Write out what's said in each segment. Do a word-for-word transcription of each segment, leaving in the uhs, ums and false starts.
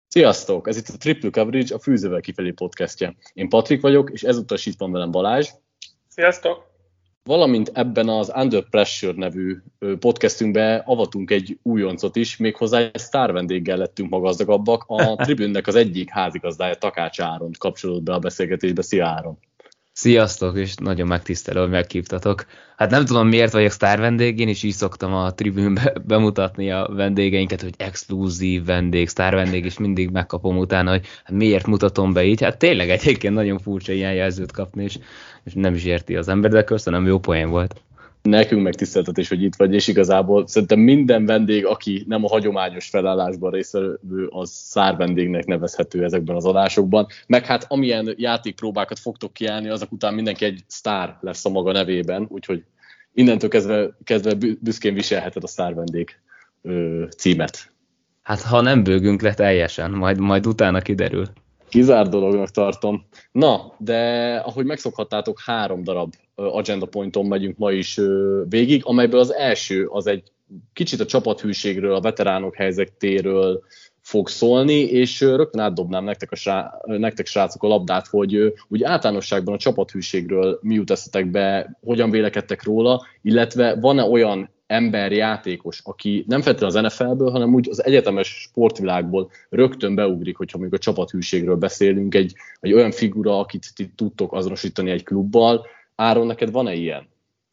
Sziasztok! Ez itt a Triple Coverage, a Fűzővel kifelé podcastje. Én Patrik vagyok, és ezúttal is itt van velem Balázs. Sziasztok! Valamint ebben az Under Pressure nevű podcastünkben avatunk egy újoncot is, méghozzá egy sztár vendéggel lettünk ma gazdagabbak. A Tribune-nek az egyik házigazdája, Takács Áron kapcsolódott be a beszélgetésbe. Szia Áron! Sziasztok, és nagyon megtisztelő, hogy meghívtatok. Hát nem tudom, miért vagyok sztár vendég, én is így szoktam a Tribune-be bemutatni a vendégeinket, hogy exkluzív vendég, sztár vendég, és mindig megkapom utána, hogy hát miért mutatom be így. Hát tényleg egyébként nagyon furcsa ilyen jelzőt kapni, és, és nem is érti az ember, de köszönöm, jó poén volt. Nekünk megtiszteltetés, hogy itt vagy, és igazából szerintem minden vendég, aki nem a hagyományos felállásban résztvevő, az sztár vendégnek nevezhető ezekben az adásokban. Meg hát amilyen játékpróbákat fogtok kiállni, azok után mindenki egy sztár lesz a maga nevében, úgyhogy innentől kezdve, kezdve büszkén viselheted a sztár vendég ö, címet. Hát ha nem bőgünk le teljesen, majd, majd utána kiderül. Kizárt dolognak tartom. Na, de ahogy megszokhattátok, három darab agenda pointon megyünk ma is végig, amelyből az első az egy kicsit a csapathűségről, a veteránok helyzetéről fog szólni, és rögtön átdobnám nektek, a srá- nektek srácok a labdát, hogy úgy általánosságban a csapathűségről mi jut eszetekbe, hogyan vélekedtek róla, illetve van-e olyan ember, játékos, aki nem feltétlenül az en ef el-ből, hanem úgy az egyetemes sportvilágból rögtön beugrik, hogyha még a csapathűségről beszélünk, egy, egy olyan figura, akit ti tudtok azonosítani egy klubbal. Áron, neked van-e ilyen?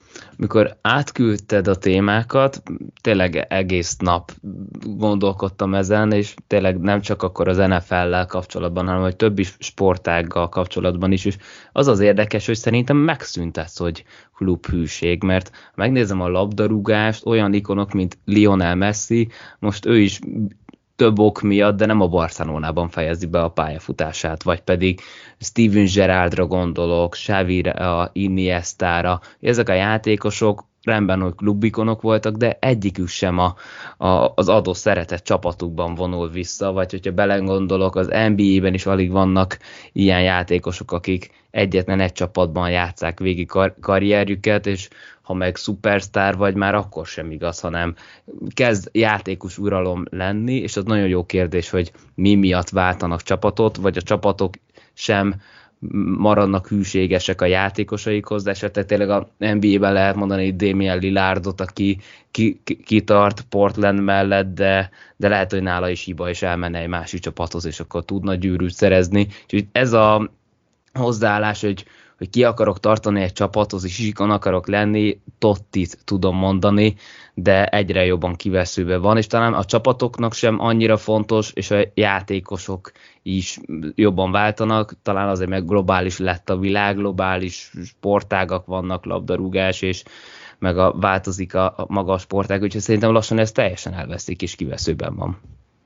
Mikor átküldted a témákat, tényleg egész nap gondolkodtam ezen, és tényleg nem csak akkor az en ef el-lel kapcsolatban, hanem hogy többi sportággal kapcsolatban is, és az az érdekes, hogy szerintem megszűnt ez, hogy klubhűség, mert megnézem a labdarúgást, olyan ikonok, mint Lionel Messi, most ő is több ok miatt, de nem a Barcelonában fejezi be a pályafutását, vagy pedig Steven Gerrardra gondolok, Xavira, Iniestára. Ezek a játékosok rendben, hogy klubikonok voltak, de egyikük sem a, a, az adott szeretett csapatukban vonul vissza, vagy hogyha belegondolok, az en bé á-ben is alig vannak ilyen játékosok, akik egyetlen egy csapatban játsszák végig kar- karrierjüket, és ha meg szupersztár vagy, már akkor sem igaz, hanem kezd játékos uralom lenni, és az nagyon jó kérdés, hogy mi miatt váltanak csapatot, vagy a csapatok sem maradnak hűségesek a játékosaikhoz, de esetleg tényleg a en bé á-ben lehet mondani, hogy Damian Lillardot, aki ki, ki, kitart Portland mellett, de, de lehet, hogy nála is hiba, és elmenne egy másik csapathoz, és akkor tudna gyűrűt szerezni. Úgyhogy ez a hozzáállás, hogy, hogy ki akarok tartani egy csapathoz, és ikon akarok lenni, Tottit tudom mondani, de egyre jobban kiveszőbe van, és talán a csapatoknak sem annyira fontos, és a játékosok is jobban váltanak, talán azért meg globális lett a világ, globális sportágak vannak, labdarúgás, és meg a, változik a, a maga a sportág, úgyhogy szerintem lassan ez teljesen elveszik, és kiveszőben van.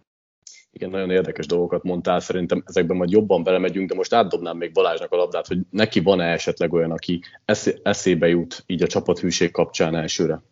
Igen, nagyon érdekes dolgokat mondtál, szerintem ezekben majd jobban belemegyünk, de most átdobnám még Balázsnak a labdát, hogy neki van-e esetleg olyan, aki eszébe jut így a csapathűség kapcsán elsőre?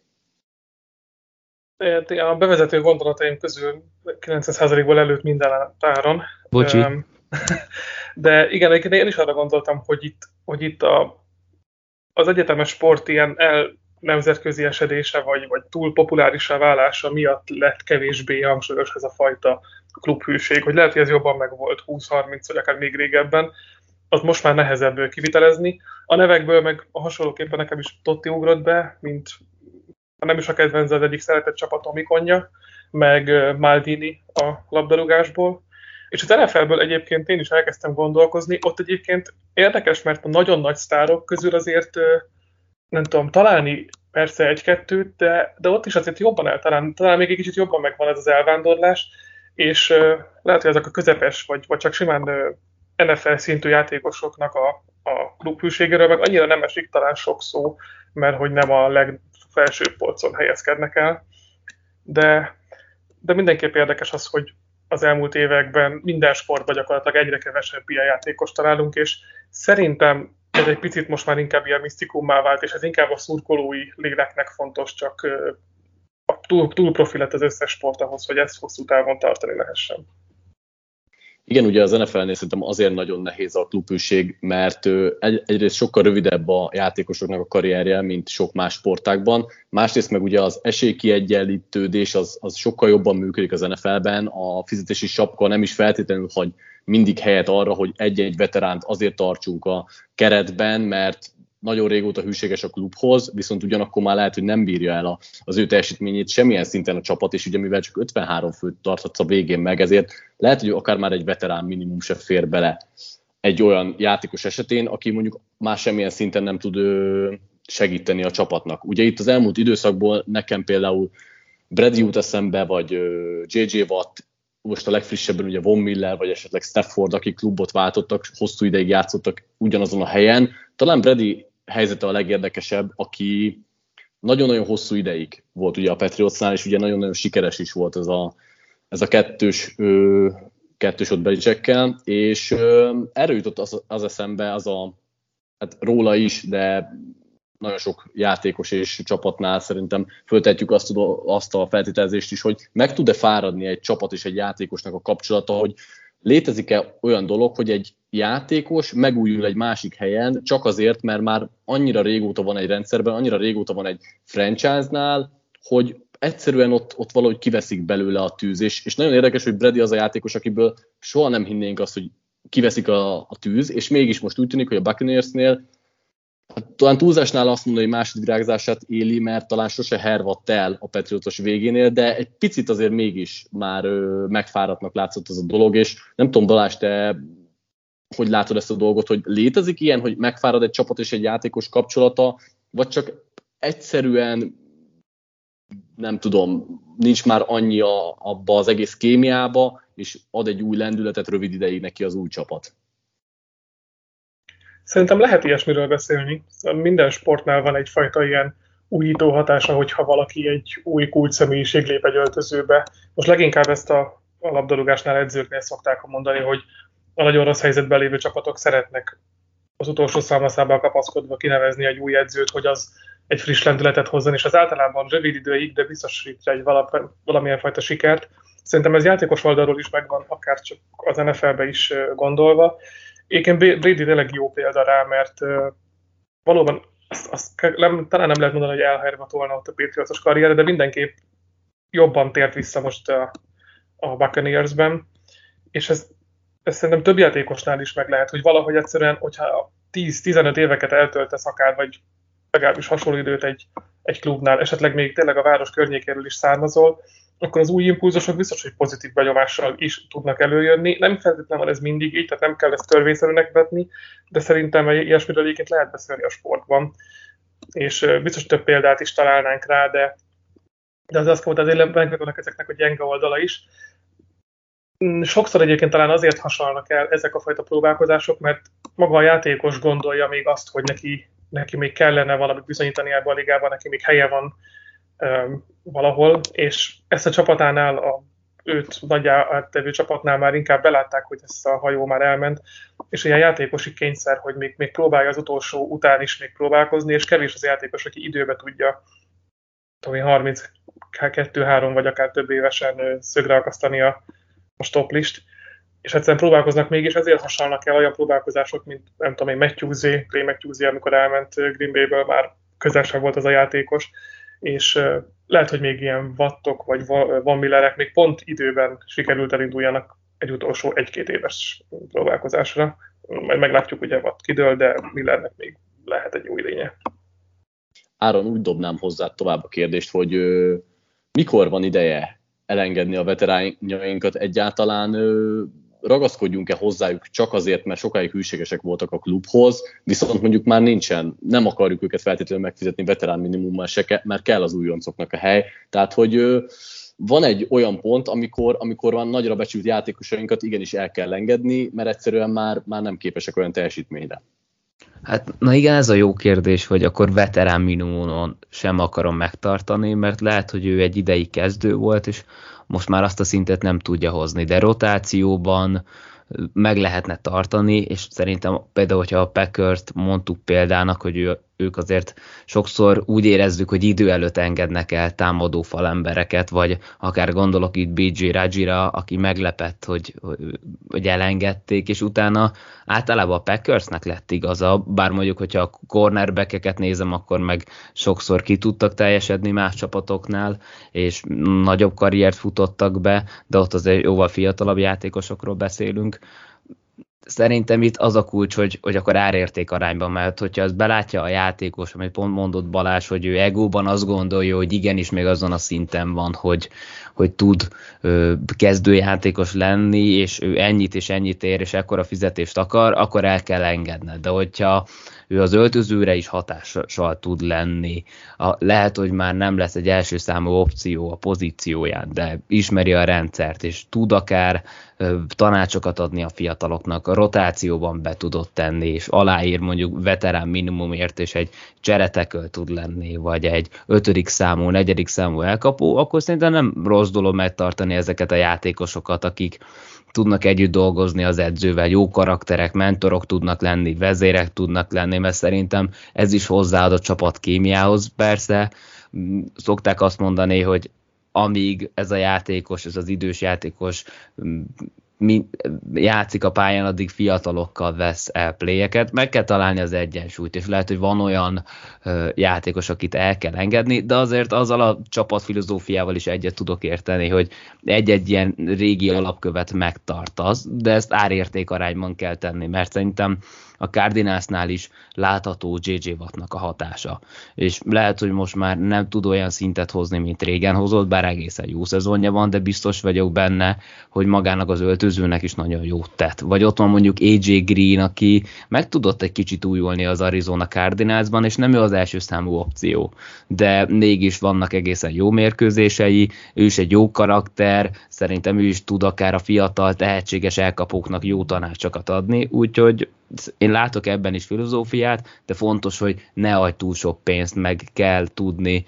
A bevezető gondolataim közül kilencven százalékból előtt minden áron. Bocsi. De igen, én is arra gondoltam, hogy itt, hogy itt a, az egyetemes sport ilyen el nemzetközi esedése, vagy, vagy túl populárisá válása miatt lett kevésbé hangsúlyos ez a fajta klubhűség, hogy lehet, hogy ez jobban megvolt húsz-harminc, vagy akár még régebben, az most már nehezebb kivitelezni. A nevekből meg a hasonlóképpen nekem is Totti ugrott be, mint ha nem is a kedvenc, az egyik szeretett csapatom ikonja, meg Maldini a labdarúgásból. És az en ef el-ből egyébként én is elkezdtem gondolkozni, ott egyébként érdekes, mert a nagyon nagy sztárok közül azért nem tudom, találni persze egy-kettőt, de, de ott is azért jobban el, talán, talán még egy kicsit jobban megvan ez az elvándorlás, és uh, lehet, hogy ezek a közepes, vagy, vagy csak simán uh, en ef el szintű játékosoknak a, a klubhűségéről meg annyira nem esik talán sok szó, mert hogy nem a legfelsőbb polcon helyezkednek el. De, de mindenképp érdekes az, hogy az elmúlt években minden sportban gyakorlatilag egyre kevesebb ilyen játékos találunk, és szerintem ez egy picit most már inkább ilyen misztikummá vált, és ez inkább a szurkolói léleknek fontos, csak túl, túl profi lett az összes sport ahhoz, hogy ezt hosszú távon tartani lehessen. Igen, ugye az en ef el-nél szerintem azért nagyon nehéz a klubhűség, mert egy, egyrészt sokkal rövidebb a játékosoknak a karrierje, mint sok más sportágban, másrészt meg ugye az esélykiegyenlítődés az, az sokkal jobban működik az en ef el-ben, a fizetési sapka nem is feltétlenül hagy mindig helyet arra, hogy egy-egy veteránt azért tartsunk a keretben, mert nagyon régóta hűséges a klubhoz, viszont ugyanakkor már lehet, hogy nem bírja el a, az ő teljesítményét semmilyen szinten a csapat, és ugye mivel csak ötvenhárom főt tarthatsz a végén meg, ezért lehet, hogy akár már egy veterán minimum se fér bele egy olyan játékos esetén, aki mondjuk már semmilyen szinten nem tud segíteni a csapatnak. Ugye itt az elmúlt időszakból nekem például Brady jut eszembe, vagy jé jé Watt, most a legfrissebben ugye Von Miller, vagy esetleg Stafford, akik klubot váltottak, hosszú ideig játszottak ugyanazon a helyen. Talán Brady helyzete a legérdekesebb, aki nagyon-nagyon hosszú ideig volt ugye a Patriotsnál, és ugye nagyon-nagyon sikeres is volt ez a, ez a kettős, ö, kettős ott Belichickkel, és ö, erről jutott az, az eszembe, az a, hát róla is, de nagyon sok játékos és csapatnál szerintem föltetjük azt, azt a feltételezést is, hogy meg tud-e fáradni egy csapat és egy játékosnak a kapcsolata, hogy létezik-e olyan dolog, hogy egy játékos megújul egy másik helyen csak azért, mert már annyira régóta van egy rendszerben, annyira régóta van egy franchise-nál, hogy egyszerűen ott, ott valahogy kiveszik belőle a tűz. És, és nagyon érdekes, hogy Brady az a játékos, akiből soha nem hinnénk azt, hogy kiveszik a, a tűz, és mégis most úgy tűnik, hogy a Buccaneersnél hát, talán túlzásnál azt mondani, hogy másodvirágzását éli, mert talán sose hervadt el a Patriotos végénél, de egy picit azért mégis már ö, megfáradtnak látszott az a dolog, és nem tudom, Balázs, te hogy látod ezt a dolgot, hogy létezik ilyen, hogy megfárad egy csapat és egy játékos kapcsolata, vagy csak egyszerűen nem tudom, nincs már annyi a, abba az egész kémiába, és ad egy új lendületet rövid ideig neki az új csapat. Szerintem lehet ilyesmiről beszélni. Minden sportnál van egyfajta ilyen újító hatása, hogyha valaki egy új kulcsszemélyiség lép egy öltözőbe. Most leginkább ezt a, a labdarúgásnál edzőknél szokták mondani, hogy a nagyon rossz helyzetben lévő csapatok szeretnek az utolsó szalmaszábbal kapaszkodva kinevezni egy új edzőt, hogy az egy friss lendületet hozzon, és az általában rövid időig, de biztosítja egy valamilyen fajta sikert. Szerintem ez játékos oldalról is megvan, akár csak az en ef el-be is gondolva. Éken Brady tényleg jó példa rá, mert uh, valóban azt, azt nem, talán nem lehet mondani, hogy elhelyrevatolna ott a Patriots-os karriere, de mindenképp jobban tért vissza most a, a Buccaneers-ben, és ez, ez szerintem több játékosnál is meg lehet, hogy valahogy egyszerűen, hogyha tíz-tizenöt éveket eltöltesz akár, vagy legalábbis hasonló időt egy, egy klubnál, esetleg még tényleg a város környékéről is származol, akkor az új impulzusok biztos, hogy pozitív benyomással is tudnak előjönni. Nem feltétlenül van ez mindig így, tehát nem kell ezt törvényszerűnek vetni, de szerintem ilyesmiről egyébként lehet beszélni a sportban. És biztos több példát is találnánk rá, de, de az azt mondta, azért megvannak ezeknek a gyenge oldala is. Sokszor egyébként talán azért hasonlnak el ezek a fajta próbálkozások, mert maga a játékos gondolja még azt, hogy neki, neki még kellene valamit bizonyítani ebben a ligában, neki még helye van um, valahol, és ezt a csapatánál, a őt nagyjá tevő csapatnál már inkább belátták, hogy ez a hajó már elment, és ilyen játékosi kényszer, hogy még, még próbálja az utolsó után is még próbálkozni, és kevés az játékos, aki időbe tudja tudom, harminckettő-három vagy akár több évesen szögre akasztani a, a stoplist, és egyszerűen próbálkoznak mégis, ezért hasonlnak el olyan próbálkozások, mint nem tudom én, Matthewsé, Clay Matthewsé, amikor elment Green Bay-ből, már közel sem volt az a játékos, és uh, lehet, hogy még ilyen Wattok vagy Von Millerek még pont időben sikerült elinduljanak egy utolsó egy-két éves próbálkozásra. Majd meglátjuk, ugye Watt kidől, de Millernek még lehet egy új lénye. Áron, úgy dobnám hozzá tovább a kérdést, hogy ö, mikor van ideje elengedni a veteránjainkat, egyáltalán ö, ragaszkodjunk-e hozzájuk csak azért, mert sokáig hűségesek voltak a klubhoz, viszont mondjuk már nincsen, nem akarjuk őket feltétlenül megfizetni veterán minimummal se, mert kell az újoncoknak a hely. Tehát, hogy ö, van egy olyan pont, amikor, amikor van nagyra becsült játékosainkat igenis el kell engedni, mert egyszerűen már, már nem képesek olyan teljesítményre. Hát na igen, ez a jó kérdés, hogy akkor veterán minimumon sem akarom megtartani, mert lehet, hogy ő egy ideig kezdő volt, és most már azt a szintet nem tudja hozni, de rotációban meg lehetne tartani, és szerintem például, hogyha a Packert mondtuk példának, hogy ő ők azért sokszor úgy érezzük, hogy idő előtt engednek el támadó falembereket, vagy akár gondolok itt bé jé Rajira, aki meglepett, hogy, hogy elengedték, és utána általában a Packersnek lett igaza, bár mondjuk, hogyha a cornerbackeket nézem, akkor meg sokszor ki tudtak teljesedni más csapatoknál, és nagyobb karriert futottak be, de ott azért jóval fiatalabb játékosokról beszélünk. Szerintem itt az a kulcs, hogy, hogy akkor árérték arányban, mert hogyha azt belátja a játékos, amit pont mondott Balázs, hogy ő egóban azt gondolja, hogy igenis még azon a szinten van, hogy, hogy tud ö, kezdőjátékos lenni, és ő ennyit és ennyit ér, és ekkora fizetést akar, akkor el kell engedned. De hogyha ő az öltözőre is hatással tud lenni, a, lehet, hogy már nem lesz egy első számú opció a pozícióján, de ismeri a rendszert, és tud akár ö, tanácsokat adni a fiataloknak, a rotációban be tudott tenni, és aláír mondjuk veterán minimumért, és egy csereteköl tud lenni, vagy egy ötödik számú, negyedik számú elkapó, akkor szerintem nem rossz dolog megtartani ezeket a játékosokat, akik tudnak együtt dolgozni az edzővel, jó karakterek, mentorok tudnak lenni, vezérek tudnak lenni, mert szerintem ez is hozzáad a csapat kémiához. Persze szokták azt mondani, hogy amíg ez a játékos, ez az idős játékos játszik a pályán, addig fiatalokkal vesz el playeket, meg kell találni az egyensúlyt, és lehet, hogy van olyan ö, játékos, akit el kell engedni, de azért azzal a csapat filozófiával is egyet tudok érteni, hogy egy-egy ilyen régi alapkövet megtartasz, de ezt árérték arányban kell tenni, mert szerintem a Cardinalsnál is látható jé jé Wattnak a hatása. És lehet, hogy most már nem tud olyan szintet hozni, mint régen hozott, bár egészen jó szezonja van, de biztos vagyok benne, hogy magának az öltözőnek is nagyon jót tett. Vagy ott van mondjuk á jé Green, aki meg tudott egy kicsit újulni az Arizona Cardinalsban, és nem ő az első számú opció. De mégis vannak egészen jó mérkőzései, ő is egy jó karakter, szerintem ő is tud akár a fiatal, tehetséges elkapóknak jó tanácsokat adni, úgyhogy én látok ebben is filozófiát, de fontos, hogy ne adj túl sok pénzt, meg kell tudni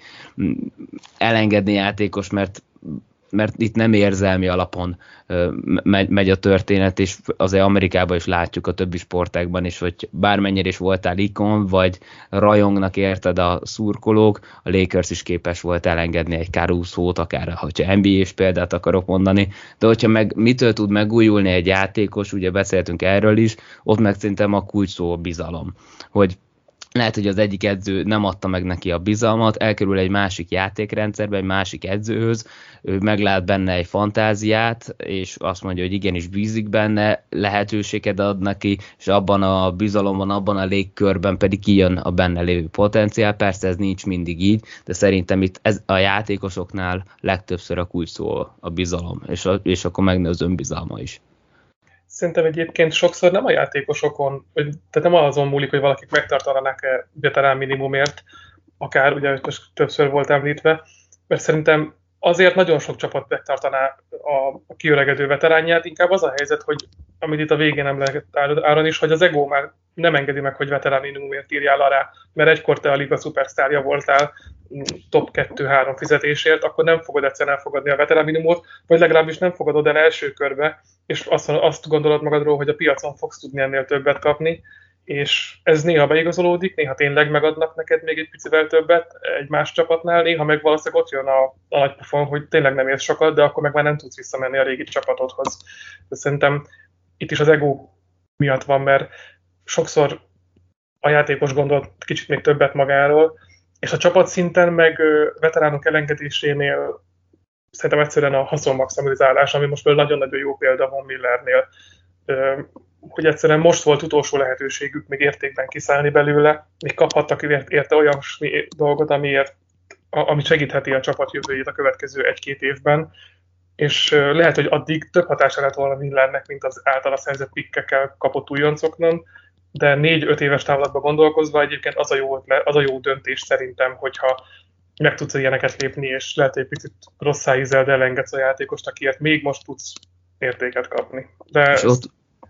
elengedni játékos, mert, mert itt nem érzelmi alapon megy, megy a történet, és azért Amerikában is látjuk, a többi sportágban is, hogy bármennyire is voltál ikon, vagy rajongnak érted a szurkolók, a Lakers is képes volt elengedni egy Caruso-t, akár hogyha en bé á-s példát akarok mondani, de hogyha meg mitől tud megújulni egy játékos, ugye beszéltünk erről is, ott meg szerintem a kulcs szó a bizalom, hogy lehet, hogy az egyik edző nem adta meg neki a bizalmat, elkerül egy másik játékrendszerbe, egy másik edzőhöz, ő meglát benne egy fantáziát, és azt mondja, hogy igenis bízik benne, lehetőséget ad neki, és abban a bizalomban, abban a légkörben pedig kijön a benne lévő potenciál. Persze ez nincs mindig így, de szerintem itt ez a játékosoknál legtöbbször a kulcs szó a bizalom, és, a, és akkor megnő az önbizalma is. Szerintem egyébként sokszor nem a játékosokon, tehát nem azon múlik, hogy valakik megtartanak-e veterán minimumért, akár, ugye most többször volt említve, mert szerintem azért nagyon sok csapat megtartaná a, a kiöregedő veteránját, inkább az a helyzet, hogy amit itt a végén említett Áron is, hogy az ego már nem engedi meg, hogy veterán minimumért írjál alá, mert egykor te a liga szupersztárja voltál top kettő-három fizetésért, akkor nem fogod egyszerűen elfogadni a veterán minimumot, vagy legalábbis nem fogadod el első körbe, és azt, azt gondolod magadról, hogy a piacon fogsz tudni ennél többet kapni, és ez néha beigazolódik, néha tényleg megadnak neked még egy picivel többet egy más csapatnál, néha meg valószínűleg ott jön a, a nagy pofon, hogy tényleg nem érsz sokat, de akkor meg már nem tudsz visszamenni a régi csapatodhoz. De szerintem itt is az ego miatt van, mert sokszor a játékos gondol kicsit még többet magáról, és a csapatszinten meg veteránok elengedésénél szerintem egyszerűen a haszonmaximalizálás, ami most nagyon nagyon jó példa Von Millernél, hogy egyszerűen most volt utolsó lehetőségük még értékben kiszállni belőle, még kaphattak érte olyan dolgot, amiért, ami segítheti a csapat jövőjét a következő egy-két évben, és lehet, hogy addig több hatása lett volna Millernek, mint az általa szerzett pikkekkel kapott újoncoknak, de négy-öt éves távlatban gondolkozva egyébként az a jó, az a jó döntés szerintem, hogyha meg tudsz ilyeneket lépni, és lehet, hogy egy picit rosszá ízel, de elengedsz a játékost, akiért még most tudsz értéket kapni. De ott...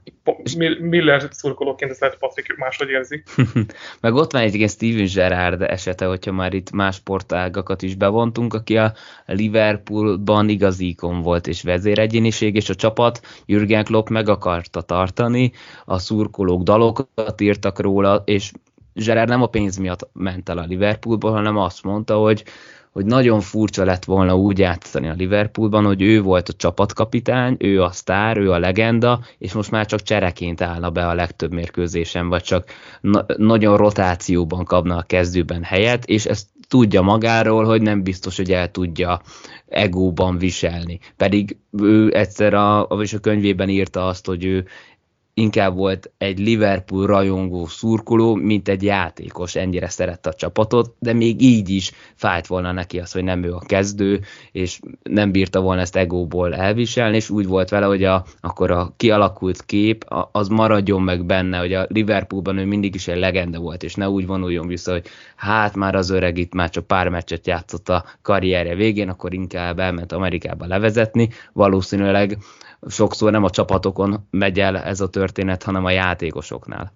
Miller szurkolóként ezt lehet, Patrik máshogy érzi. Meg ott van egy ilyen Steven Gerrard esete, hogyha már itt más sportágakat is bevontunk, aki a Liverpoolban igazi ikon volt és vezéregyéniség, és a csapat Jürgen Klopp meg akarta tartani, a szurkolók dalokat írtak róla, és Gerrard nem a pénz miatt ment el a Liverpoolból, hanem azt mondta, hogy, hogy nagyon furcsa lett volna úgy játszani a Liverpoolban, hogy ő volt a csapatkapitány, ő a sztár, ő a legenda, és most már csak csereként állna be a legtöbb mérkőzésen, vagy csak na- nagyon rotációban kapna a kezdőben helyet, és ezt tudja magáról, hogy nem biztos, hogy el tudja egóban viselni. Pedig ő egyszer a, a könyvében írta azt, hogy ő inkább volt egy Liverpool rajongó szurkoló, mint egy játékos, ennyire szerette a csapatot, de még így is fájt volna neki az, hogy nem ő a kezdő, és nem bírta volna ezt egóból elviselni, és úgy volt vele, hogy a, akkor a kialakult kép, az maradjon meg benne, hogy a Liverpoolban ő mindig is egy legenda volt, és ne úgy vonuljon vissza, hogy hát már az öreg itt már csak pár meccset játszott a karrierje végén, akkor inkább elment Amerikába levezetni, valószínűleg sokszor nem a csapatokon megy el ez a történet, hanem a játékosoknál.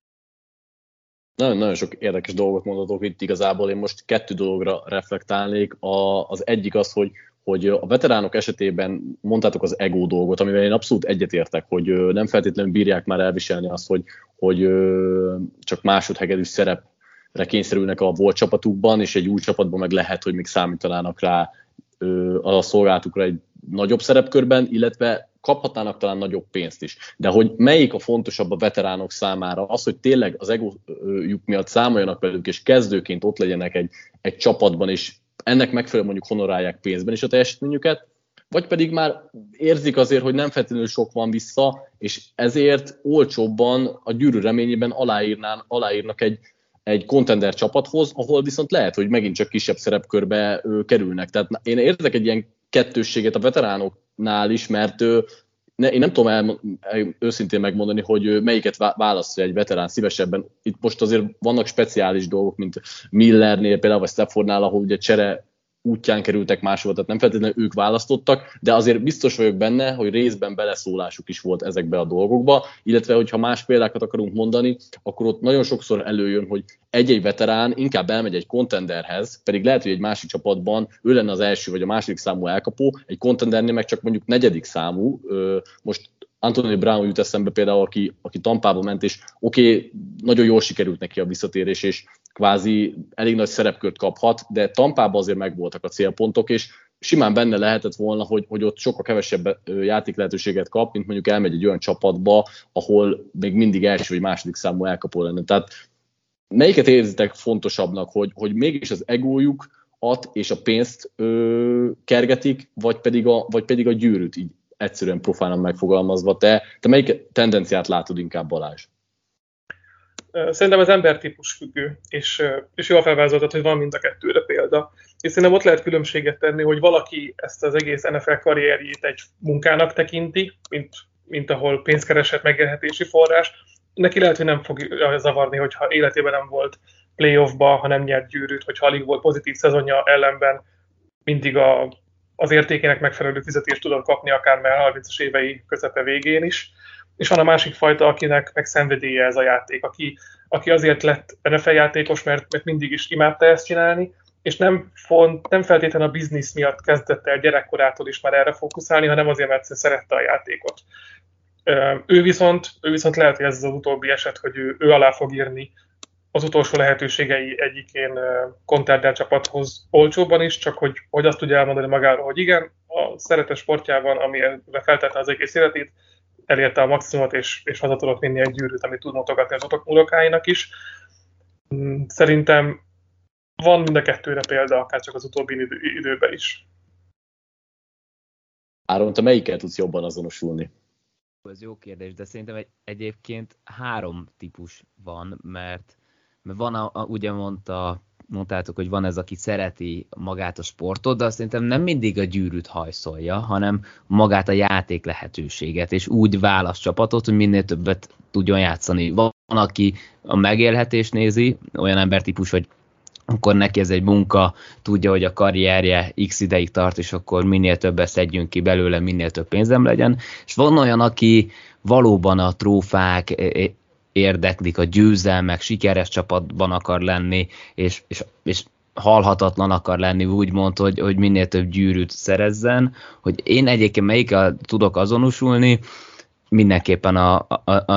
Nagyon, nagyon sok érdekes dolgot mondhatok itt igazából. Én most kettő dologra reflektálnék. A, az egyik az, hogy, hogy a veteránok esetében mondtátok az ego dolgot, amivel én abszolút egyetértek, hogy nem feltétlenül bírják már elviselni azt, hogy, hogy csak másodhegedű szerepre kényszerülnek a volt csapatukban, és egy új csapatban meg lehet, hogy még számítanának rá a szolgálatukra egy nagyobb szerepkörben, illetve kaphatnának talán nagyobb pénzt is. De hogy melyik a fontosabb a veteránok számára? Az, hogy tényleg az egójuk miatt számoljanak velük, és kezdőként ott legyenek egy, egy csapatban, és ennek megfelelően mondjuk honorálják pénzben is a teljesítményüket, vagy pedig már érzik azért, hogy nem feltétlenül sok van vissza, és ezért olcsóbban a gyűrű reményében aláírnán, aláírnak egy, egy contender csapathoz, ahol viszont lehet, hogy megint csak kisebb szerepkörbe ö, kerülnek. Tehát én érzek egy ilyen kettősséget a veteránoknál is, mert ö, ne, én nem tudom el, őszintén megmondani, hogy melyiket választja egy veterán szívesebben. Itt most azért vannak speciális dolgok, mint Millernél például, vagy Staffordnál, ahol ugye csere útján kerültek máshova, tehát nem feltétlenül ők választottak, de azért biztos vagyok benne, hogy részben beleszólásuk is volt ezekbe a dolgokba, illetve hogyha más példákat akarunk mondani, akkor ott nagyon sokszor előjön, hogy egy-egy veterán inkább elmegy egy contenderhez, pedig lehet, hogy egy másik csapatban ő lenne az első vagy a második számú elkapó, egy contendernél meg csak mondjuk negyedik számú. Most Anthony Brown jut eszembe például, aki, aki Tampába ment, és oké, okay, nagyon jól sikerült neki a visszatérés, és kvázi elég nagy szerepkört kaphat, de Tampában azért megvoltak a célpontok, és simán benne lehetett volna, hogy, hogy ott sokkal kevesebb játék lehetőséget kap, mint mondjuk elmegy egy olyan csapatba, ahol még mindig első vagy második számú elkapó lenne. Tehát melyiket érzitek fontosabbnak, hogy, hogy mégis az egójuk ad és a pénzt ö, kergetik, vagy pedig, a, vagy pedig a gyűrűt így egyszerűen profánan megfogalmazva. Te, te melyik tendenciát látod inkább, Balázs? Szerintem az embertípus függő, és, és jól felvázoltad, hogy van mind a kettőre példa. És szerintem ott lehet különbséget tenni, hogy valaki ezt az egész en ef el karrierjét egy munkának tekinti, mint, mint ahol pénzkeresett megélhetési forrás. Neki lehet, hogy nem fog zavarni, hogyha életében nem volt playoffba, ha nem nyert gyűrűt, hogyha alig volt pozitív szezonja, ellenben mindig a, az értékének megfelelő fizetést tudod kapni, akár már harmincas évei közepe végén is. És van a másik fajta, akinek meg szenvedélye ez a játék, aki, aki azért lett en ef el játékos, mert, mert mindig is imádta ezt csinálni, és nem, font, nem feltétlenül a biznisz miatt kezdett el gyerekkorától is már erre fókuszálni, hanem azért, mert szerette a játékot. Ő viszont, ő viszont lehet, hogy ez az utóbbi eset, hogy ő, ő alá fog írni az utolsó lehetőségei egyikén contender csapathoz olcsóban is, csak hogy, hogy azt tudja elmondani magáról, hogy igen, a szeretett sportjában, amire feltette az egész életét, elérte a maximumot, és, és haza tudott vinni egy gyűrűt, amit tud mutogatni az unokáinak is. Szerintem van mind a kettőre példa, akár csak az utóbbi idő, időben is. Áron, te melyikkel tudsz jobban azonosulni? Ez jó kérdés, de szerintem egy, egyébként három típus van, mert, mert van, a, a, ugye mondta, mondtátok, hogy van ez, aki szereti magát a sportot, de azt szerintem nem mindig a gyűrűt hajszolja, hanem magát a játék lehetőséget, és úgy választ csapatot, hogy minél többet tudjon játszani. Van, aki a megélhetést nézi, olyan embertípus, hogy akkor neki ez egy munka, tudja, hogy a karrierje x ideig tart, és akkor minél többet szedjünk ki belőle, minél több pénzem legyen. És van olyan, aki valóban a trófák érdeklik, a győzelmek, sikeres csapatban akar lenni, és, és, és halhatatlan akar lenni, úgymond, hogy, hogy minél több gyűrűt szerezzen. Hogy én egyébként melyikkel tudok azonosulni, mindenképpen a, a, a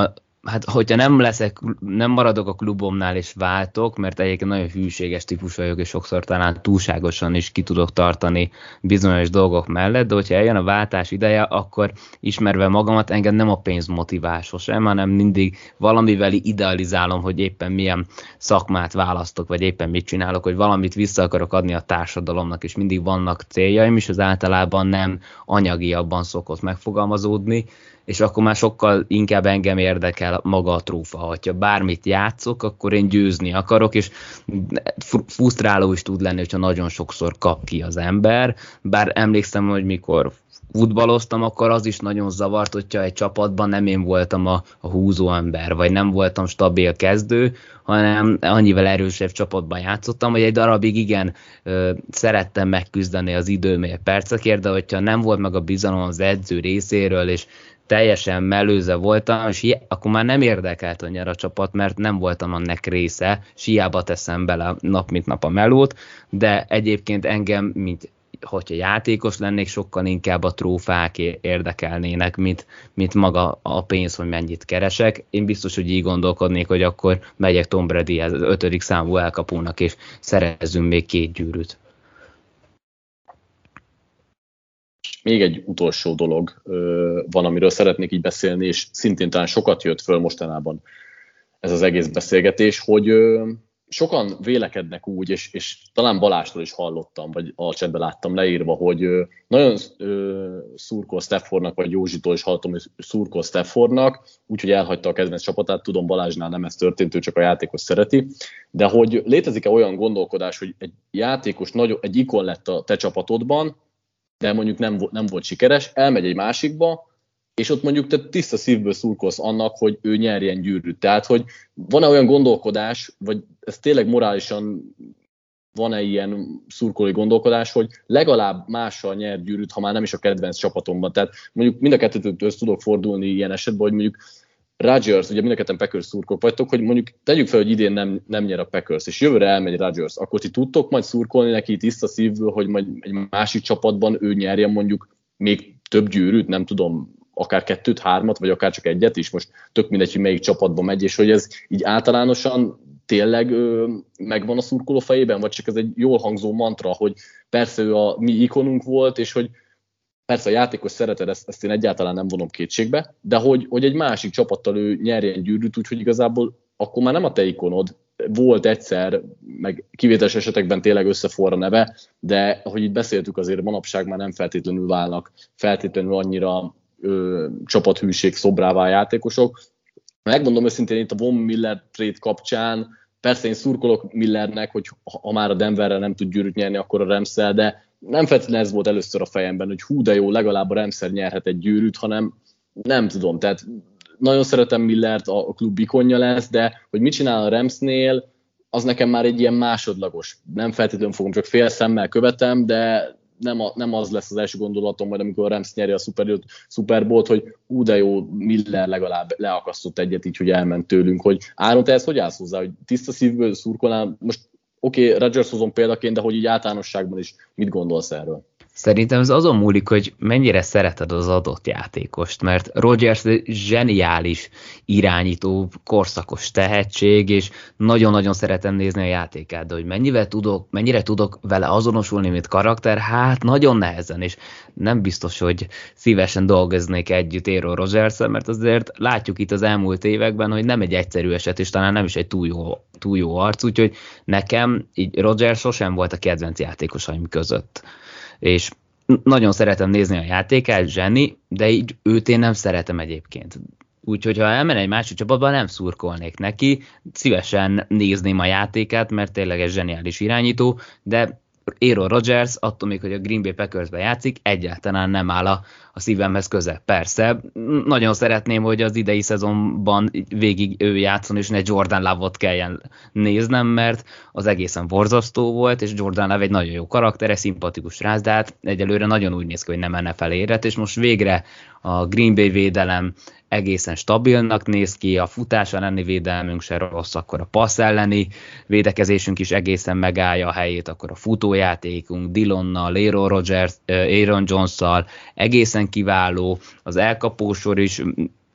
hát hogyha nem leszek, nem maradok a klubomnál és váltok, mert egyébként nagyon hűséges típus vagyok, és sokszor talán túlságosan is ki tudok tartani bizonyos dolgok mellett, de hogyha eljön a váltás ideje, akkor ismerve magamat, engem nem a pénz motivál sosem, hanem mindig valamivel idealizálom, hogy éppen milyen szakmát választok, vagy éppen mit csinálok, hogy valamit vissza akarok adni a társadalomnak, és mindig vannak céljaim, és az általában nem anyagiabban szokott megfogalmazódni, és akkor már sokkal inkább engem érdekel maga a trófa. Ha bármit játszok, akkor én győzni akarok, és frusztráló is tud lenni, hogyha nagyon sokszor kap ki az ember. Bár emlékszem, hogy mikor futballoztam, akkor az is nagyon zavart, hogyha egy csapatban nem én voltam a, a húzó ember, vagy nem voltam stabil kezdő, hanem annyivel erősebb csapatban játszottam, hogy egy darabig igen ö, szerettem megküzdeni az időmér percekért, de hogyha nem volt meg a bizalom az edző részéről, és teljesen mellőze voltam, és hi- akkor már nem érdekelt annyira a csapat, mert nem voltam annak része, és hiába teszem bele nap mint nap a melót, de egyébként engem, mint hogyha játékos lennék, sokkal inkább a trófák érdekelnének, mint, mint maga a pénz, hogy mennyit keresek. Én biztos, hogy így gondolkodnék, hogy akkor megyek Tom Bradyhez, az ötödik számú elkapónak, és szerezzünk még két gyűrűt. Még egy utolsó dolog van, amiről szeretnék így beszélni, és szintén talán sokat jött föl mostanában ez az egész beszélgetés, hogy sokan vélekednek úgy, és, és talán Balástól is hallottam, vagy a chatben láttam leírva, hogy nagyon szurkol Staffordnak, vagy Józsitól is hallottam, hogy szurkol Staffordnak, úgyhogy elhagyta a kedvenc csapatát, tudom Balázsnál nem ez történt, ő csak a játékos szereti, de hogy létezik-e olyan gondolkodás, hogy egy játékos, nagy, egy ikon lett a te csapatodban, de mondjuk nem, nem volt sikeres, elmegy egy másikba, és ott mondjuk te tiszta szívből szurkolsz annak, hogy ő nyerjen gyűrűt. Tehát, hogy van-e olyan gondolkodás, vagy ez tényleg morálisan van-e ilyen szurkolói gondolkodás, hogy legalább mással nyer gyűrűt, ha már nem is a kedvenc csapatomban. Tehát mondjuk mind a kettőtől tudok fordulni ilyen esetben, hogy mondjuk Rodgers, ugye mind a ketten Packers szurkolók vagytok, hogy mondjuk tegyük fel, hogy idén nem, nem nyer a Packers, és jövőre elmegy Rodgers, akkor ti tudtok majd szurkolni neki tiszta szívből, hogy majd egy másik csapatban ő nyerjen mondjuk még több gyűrűt, nem tudom, akár kettőt, hármat, vagy akár csak egyet is, most tök mindegy, hogy melyik csapatba megy, és hogy ez így általánosan tényleg ö, megvan a szurkoló fejében, vagy csak ez egy jól hangzó mantra, hogy persze ő a mi ikonunk volt, és hogy persze a játékos szereted, ezt, ezt én egyáltalán nem vonom kétségbe, de hogy, hogy egy másik csapattal ő nyerjen gyűrűt, úgyhogy igazából akkor már nem a te ikonod, volt egyszer, meg kivételes esetekben tényleg összeforr a neve, de ahogy itt beszéltük, azért manapság már nem feltétlenül válnak feltétlenül annyira ö, csapathűség szobrává a játékosok. Megmondom őszintén, itt a Von Miller trade kapcsán, persze én szurkolok Millernek, hogy ha már a Denverrel nem tud gyűrűt nyerni, akkor a Ramsszel, de nem feltétlenül ez volt először a fejemben, hogy hú de jó, legalább a Ramszel nyerhet egy gyűrűt, hanem nem tudom, tehát nagyon szeretem Millert, a klub ikonja lesz, de hogy mit csinál a Ramsnél, az nekem már egy ilyen másodlagos. Nem feltétlenül fogom, csak fél szemmel követem, de nem, a, nem az lesz az első gondolatom, majd amikor a Rams nyeri a Super, Super Bowl-t, hogy hú de jó, Miller legalább leakasztott egyet így, hogy elment tőlünk, hogy Áron, te ezt hogy állsz hozzá, hogy tiszta szívből szurkolnál, most oké, okay, Rodgers hozom példaként, de hogy így általánosságban is mit gondolsz erről? Szerintem ez azon múlik, hogy mennyire szereted az adott játékost, mert Rodgers zseniális irányító, korszakos tehetség, és nagyon-nagyon szeretem nézni a játékát, de hogy mennyire tudok, mennyire tudok vele azonosulni, mint karakter, hát nagyon nehezen, és nem biztos, hogy szívesen dolgoznék együtt Aaron Rodgerssel, mert azért látjuk itt az elmúlt években, hogy nem egy egyszerű eset, és talán nem is egy túl jó, túl jó arc, úgyhogy nekem így Rodgers sosem volt a kedvenc játékosaim között. És nagyon szeretem nézni a játékát, zseni, de így őt én nem szeretem egyébként. Úgyhogy ha elmen egy másik csapatban, nem szurkolnék neki, szívesen nézném a játékát, mert tényleg egy zseniális irányító, de Aaron Rodgers, attól még, hogy a Green Bay Packersben játszik, egyáltalán nem áll a, a szívemhez közel. Persze, nagyon szeretném, hogy az idei szezonban végig ő játszon, és ne Jordan Love-ot kelljen néznem, mert az egészen borzasztó volt, és Jordan Love egy nagyon jó karakter, egy szimpatikus rász, de hát egyelőre nagyon úgy néz ki, hogy nem enne felé érett, és most végre a Green Bay védelem egészen stabilnak néz ki, a futás elleni védelmünk se rossz, akkor a passz elleni védekezésünk is egészen megállja a helyét, akkor a futójátékunk Dillonnal, Aaron Rodgers, Aaron Jones-szal egészen kiváló, az elkapósor is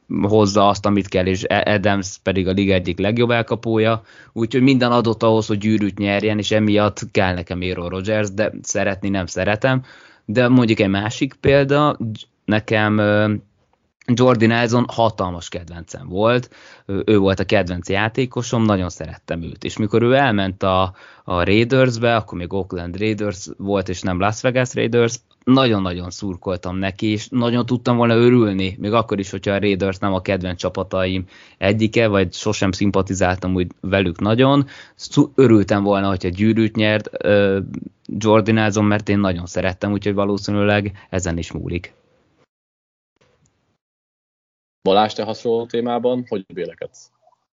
hozza azt, amit kell, és Adams pedig a liga egyik legjobb elkapója, úgyhogy minden adott ahhoz, hogy gyűrűt nyerjen, és emiatt kell nekem Aaron Rodgers, de szeretni nem szeretem. De mondjuk egy másik példa, nekem Jordy Nelson hatalmas kedvencem volt, ő volt a kedvenc játékosom, nagyon szerettem őt, és mikor ő elment a, a Raidersbe, akkor még Oakland Raiders volt, és nem Las Vegas Raiders, nagyon-nagyon szurkoltam neki, és nagyon tudtam volna örülni, még akkor is, hogyha a Raiders nem a kedvenc csapataim egyike, vagy sosem szimpatizáltam úgy velük nagyon, örültem volna, hogyha gyűrűt nyert uh, Jordy Nelson, mert én nagyon szerettem, úgyhogy valószínűleg ezen is múlik. Balázs, te hasonló témában, hogy vélekedsz?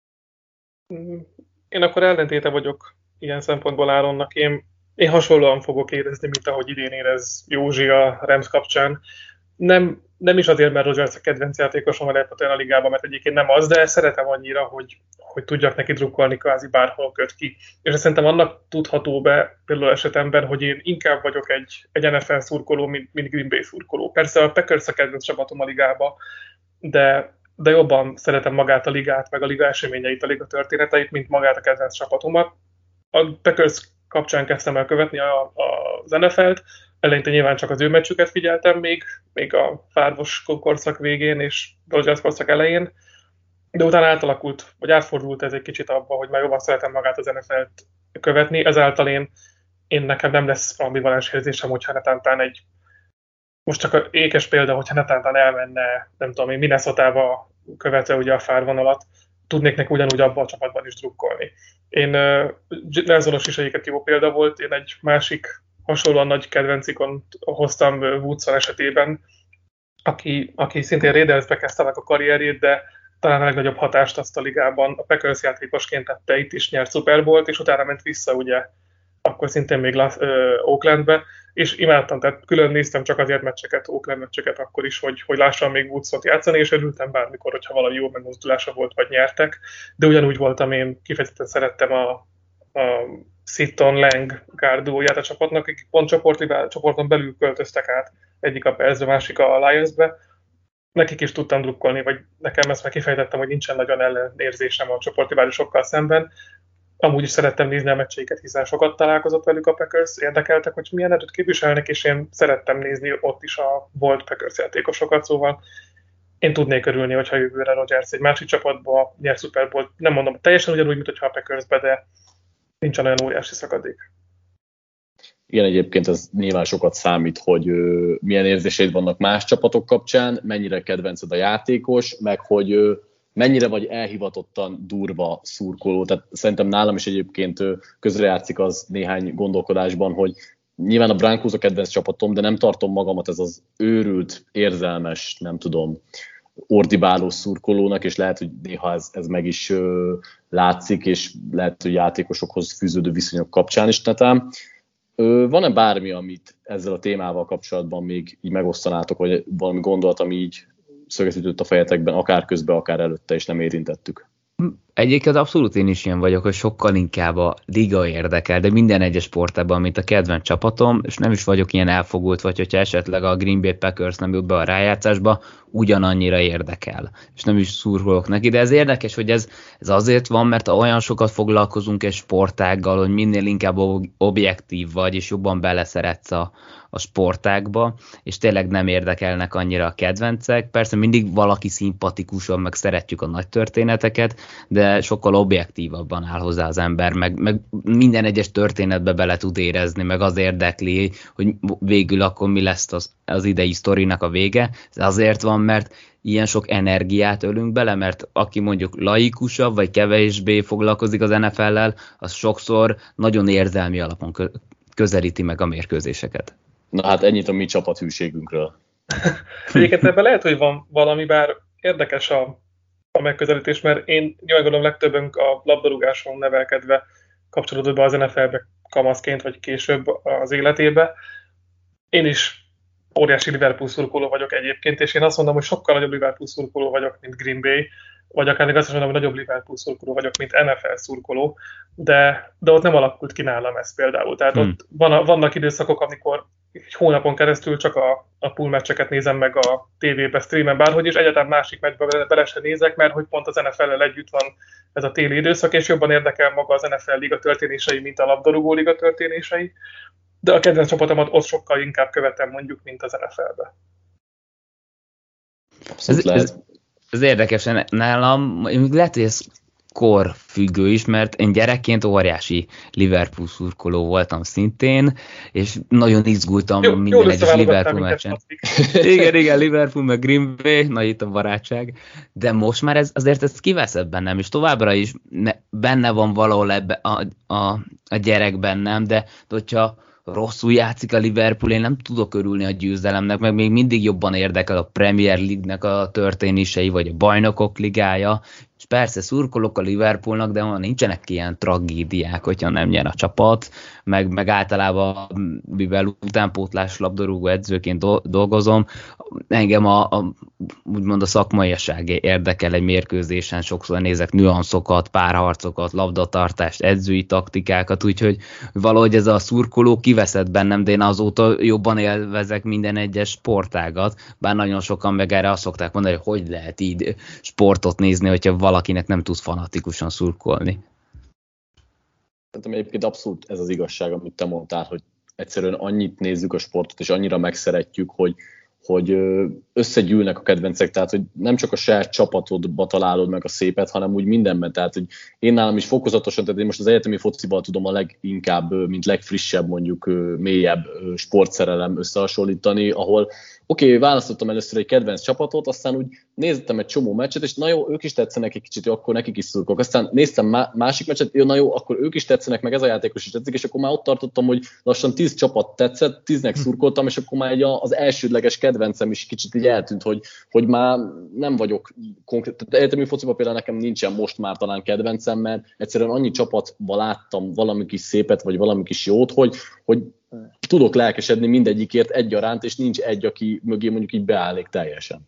Én akkor ellentéte vagyok ilyen szempontból Áronnak. Én, én hasonlóan fogok érezni, mint ahogy idén érez Józsi a Rams kapcsán. Nem, nem is azért, mert Rodgers a kedvenc játékosom alapvetően a ligában, mert egyébként nem az, de szeretem annyira, hogy, hogy tudjak neki drukkolni, kvázi bárhol köt ki. És szerintem annak tudható be például esetemben, hogy én inkább vagyok egy, egy en ef el szurkoló, mint, mint Green Bay szurkoló. Persze a Packers a kedvenc csapatom a ligában, de, de jobban szeretem magát a ligát, meg a liga eseményeit, a liga történeteit, mint magát a kedvenc csapatomat. A Packers kapcsán kezdtem el követni a, a, az en ef el-t, eleinte nyilván csak az ő meccsüket figyeltem még, még a Fárvos korszak végén és Rodgers korszak elején, de utána átalakult, vagy átfordult ez egy kicsit abba, hogy már jobban szeretem magát az en ef el-t követni, ezáltal én, én nekem nem lesz ambivalens érzésem, hogyha netántán egy most csak a ékes példa, hogyha netántán elmenne, nem tudom én, Minnesotába követve ugye a fárvonalat, tudnék neki ugyanúgy abban a csapatban is drukkolni. Én uh, Nelsonos is egyiket jó példa volt, én egy másik hasonlóan nagy kedvencikon hoztam Woodson esetében, aki, aki szintén Raidersbe kezdte meg a karrierjét, de talán a legnagyobb hatást azt a ligában a Packers játékosként tette, itt is nyert Super Bowl-t, és utána ment vissza ugye, akkor szintén még uh, Oaklandbe, és imádtam, tehát külön néztem csak azért meccseket, Oakland meccseket akkor is, hogy, hogy lássam még Woodson-t játszani, és örültem bármikor, hogyha valami jó megmozdulása volt, vagy nyertek, de ugyanúgy voltam én, kifejezetten szerettem a, a Sitton Lang gárdóját a csapatnak, akik pont csoporton belül költöztek át, egyik a Bearsbe, másik a Lionsbe, nekik is tudtam drukkolni, vagy nekem ezt már kifejtettem, hogy nincsen nagyon ellenérzésem a csoportriválisokkal szemben. Amúgy is szerettem nézni a meccseiket, hiszen sokat találkozott velük a Packers, érdekeltek, hogy milyen erőt képviselnek, és én szerettem nézni ott is a volt Packers játékosokat, szóval én tudnék örülni, hogyha jövőre Rodgers egy másik csapatba nyer Super Bowl-t. Nem mondom teljesen ugyanúgy, mint hogyha a Packersbe, de nincsen olyan óriási szakadék. Igen, egyébként ez nyilván sokat számít, hogy ö, milyen érzéseid vannak más csapatok kapcsán, mennyire kedvenced a játékos, meg hogy ö, mennyire vagy elhivatottan durva szurkoló. Tehát szerintem nálam is egyébként ö, közrejátszik az néhány gondolkodásban, hogy nyilván a Broncos a kedvenc csapatom, de nem tartom magamat ez az őrült, érzelmes, nem tudom, ordibáló szurkolónak, és lehet, hogy néha ez, ez meg is ö, látszik, és lehet, hogy játékosokhoz fűződő viszonyok kapcsán is netán. Van-e bármi, amit ezzel a témával kapcsolatban még így megosztanátok, vagy valami gondolat, ami így szöget ütött a fejetekben, akár közben, akár előtte, és nem érintettük? Egyébként abszolút én is ilyen vagyok, hogy sokkal inkább a liga érdekel, de minden egyes sportában, mint a kedvenc csapatom, és nem is vagyok ilyen elfogult, vagy hogyha esetleg a Green Bay Packers nem jut be a rájátszásba, ugyanannyira érdekel, és nem is szurkolok neki, de ez érdekes, hogy ez, ez azért van, mert olyan sokat foglalkozunk egy sportággal, hogy minél inkább objektív vagy, és jobban beleszeretsz a, a sportágba, és tényleg nem érdekelnek annyira a kedvencek. Persze mindig valaki szimpatikusabb, meg szeretjük a nagy történeteket, de sokkal objektívabban áll hozzá az ember, meg, meg minden egyes történetbe bele tud érezni, meg az érdekli, hogy végül akkor mi lesz az, az idei sztorinak a vége. Ez azért van, mert ilyen sok energiát ölünk bele, mert aki mondjuk laikusabb, vagy kevésbé foglalkozik az en ef el-lel, az sokszor nagyon érzelmi alapon közelíti meg a mérkőzéseket. Na hát ennyit a mi csapathűségünkről. Egyébként ebben lehet, hogy van valami, bár érdekes a, a megközelítés, mert én nyilván gondolom legtöbbünk a labdarúgáson nevelkedve kapcsolódott be az en ef el-be kamaszként, vagy később az életébe. Én is óriási Liverpool szurkoló vagyok egyébként, és én azt mondom, hogy sokkal nagyobb Liverpool szurkoló vagyok, mint Green Bay, vagy akár még azt is mondom, hogy nagyobb Liverpool szurkoló vagyok, mint en ef el szurkoló, de, de ott nem alakult ki nálam ez például. Tehát hmm. ott van, vannak időszakok, amikor egy hónapon keresztül csak a, a pool meccseket nézem meg a tévébe, streamen, bárhogy, és egyáltalán másik meccsbe bele sem nézek, mert hogy pont az en ef el-lel együtt van ez a téli időszak, és jobban érdekel maga az en ef el liga történései, mint a labdarúgó liga történései. De a kedvenc csapatomat ott sokkal inkább követem mondjuk, mint az en ef el-be. Ez, ez, ez érdekes, nálam lehet, hogy ez korfüggő is, mert én gyerekként óriási Liverpool szurkoló voltam szintén, és nagyon izgultam jó, minden egyes Liverpool meccsen. Igen, igen, Liverpool meg Green Bay, na itt a barátság, de most már ez, azért ez kiveszett bennem, és továbbra is ne, benne van valahol ebbe a, a, a gyerek bennem, de, de hogyha rosszul játszik a Liverpool, én nem tudok örülni a győzelemnek, meg még mindig jobban érdekel a Premier League-nek a történései, vagy a Bajnokok Ligája, és persze szurkolok a Liverpoolnak, de nincsenek ilyen tragédiák, hogyha nem nyer a csapat, meg, meg általában, mivel utánpótlás labdarúgó edzőként dolgozom, engem a, a, úgymond a szakmaiság érdekel egy mérkőzésen, sokszor nézek nüanszokat, párharcokat, labdatartást, edzői taktikákat, úgyhogy valahogy ez a szurkoló kiveszett bennem, de én azóta jobban élvezek minden egyes sportágat, bár nagyon sokan meg erre azt szokták mondani, hogy hogy lehet így sportot nézni, hogyha valakinek nem tudsz fanatikusan szurkolni. Szerintem egyébként abszolút ez az igazság, amit te mondtál, hogy egyszerűen annyit nézzük a sportot, és annyira megszeretjük, hogy, hogy összegyűlnek a kedvencek, tehát hogy nem csak a saját csapatodba találod meg a szépet, hanem úgy mindenben, tehát hogy én nálam is fokozatosan, tehát én most az egyetemi focival tudom a leginkább, mint legfrissebb, mondjuk mélyebb sportszerelem összehasonlítani, ahol oké, okay, választottam először egy kedvenc csapatot, aztán úgy néztem egy csomó meccset, és na jó, ők is tetszenek egy kicsit, akkor nekik is szurkolok. Aztán néztem má- másik meccset, jó, na jó, akkor ők is tetszenek, meg ez a játékos is tetszik, és akkor már ott tartottam, hogy lassan tíz csapat tetszett, tíznek szurkoltam, és akkor már egy az elsődleges kedvencem is kicsit így eltűnt, hogy, hogy már nem vagyok konkrét. Tehát egyetemi fociban például nekem nincsen most már talán kedvencem, mert egyszerűen annyi csapatban láttam valami kis szépet, vagy valami kis jót, hogy, hogy tudok lelkesedni mindegyikért egyaránt, és nincs egy, aki mögé mondjuk így beállik teljesen.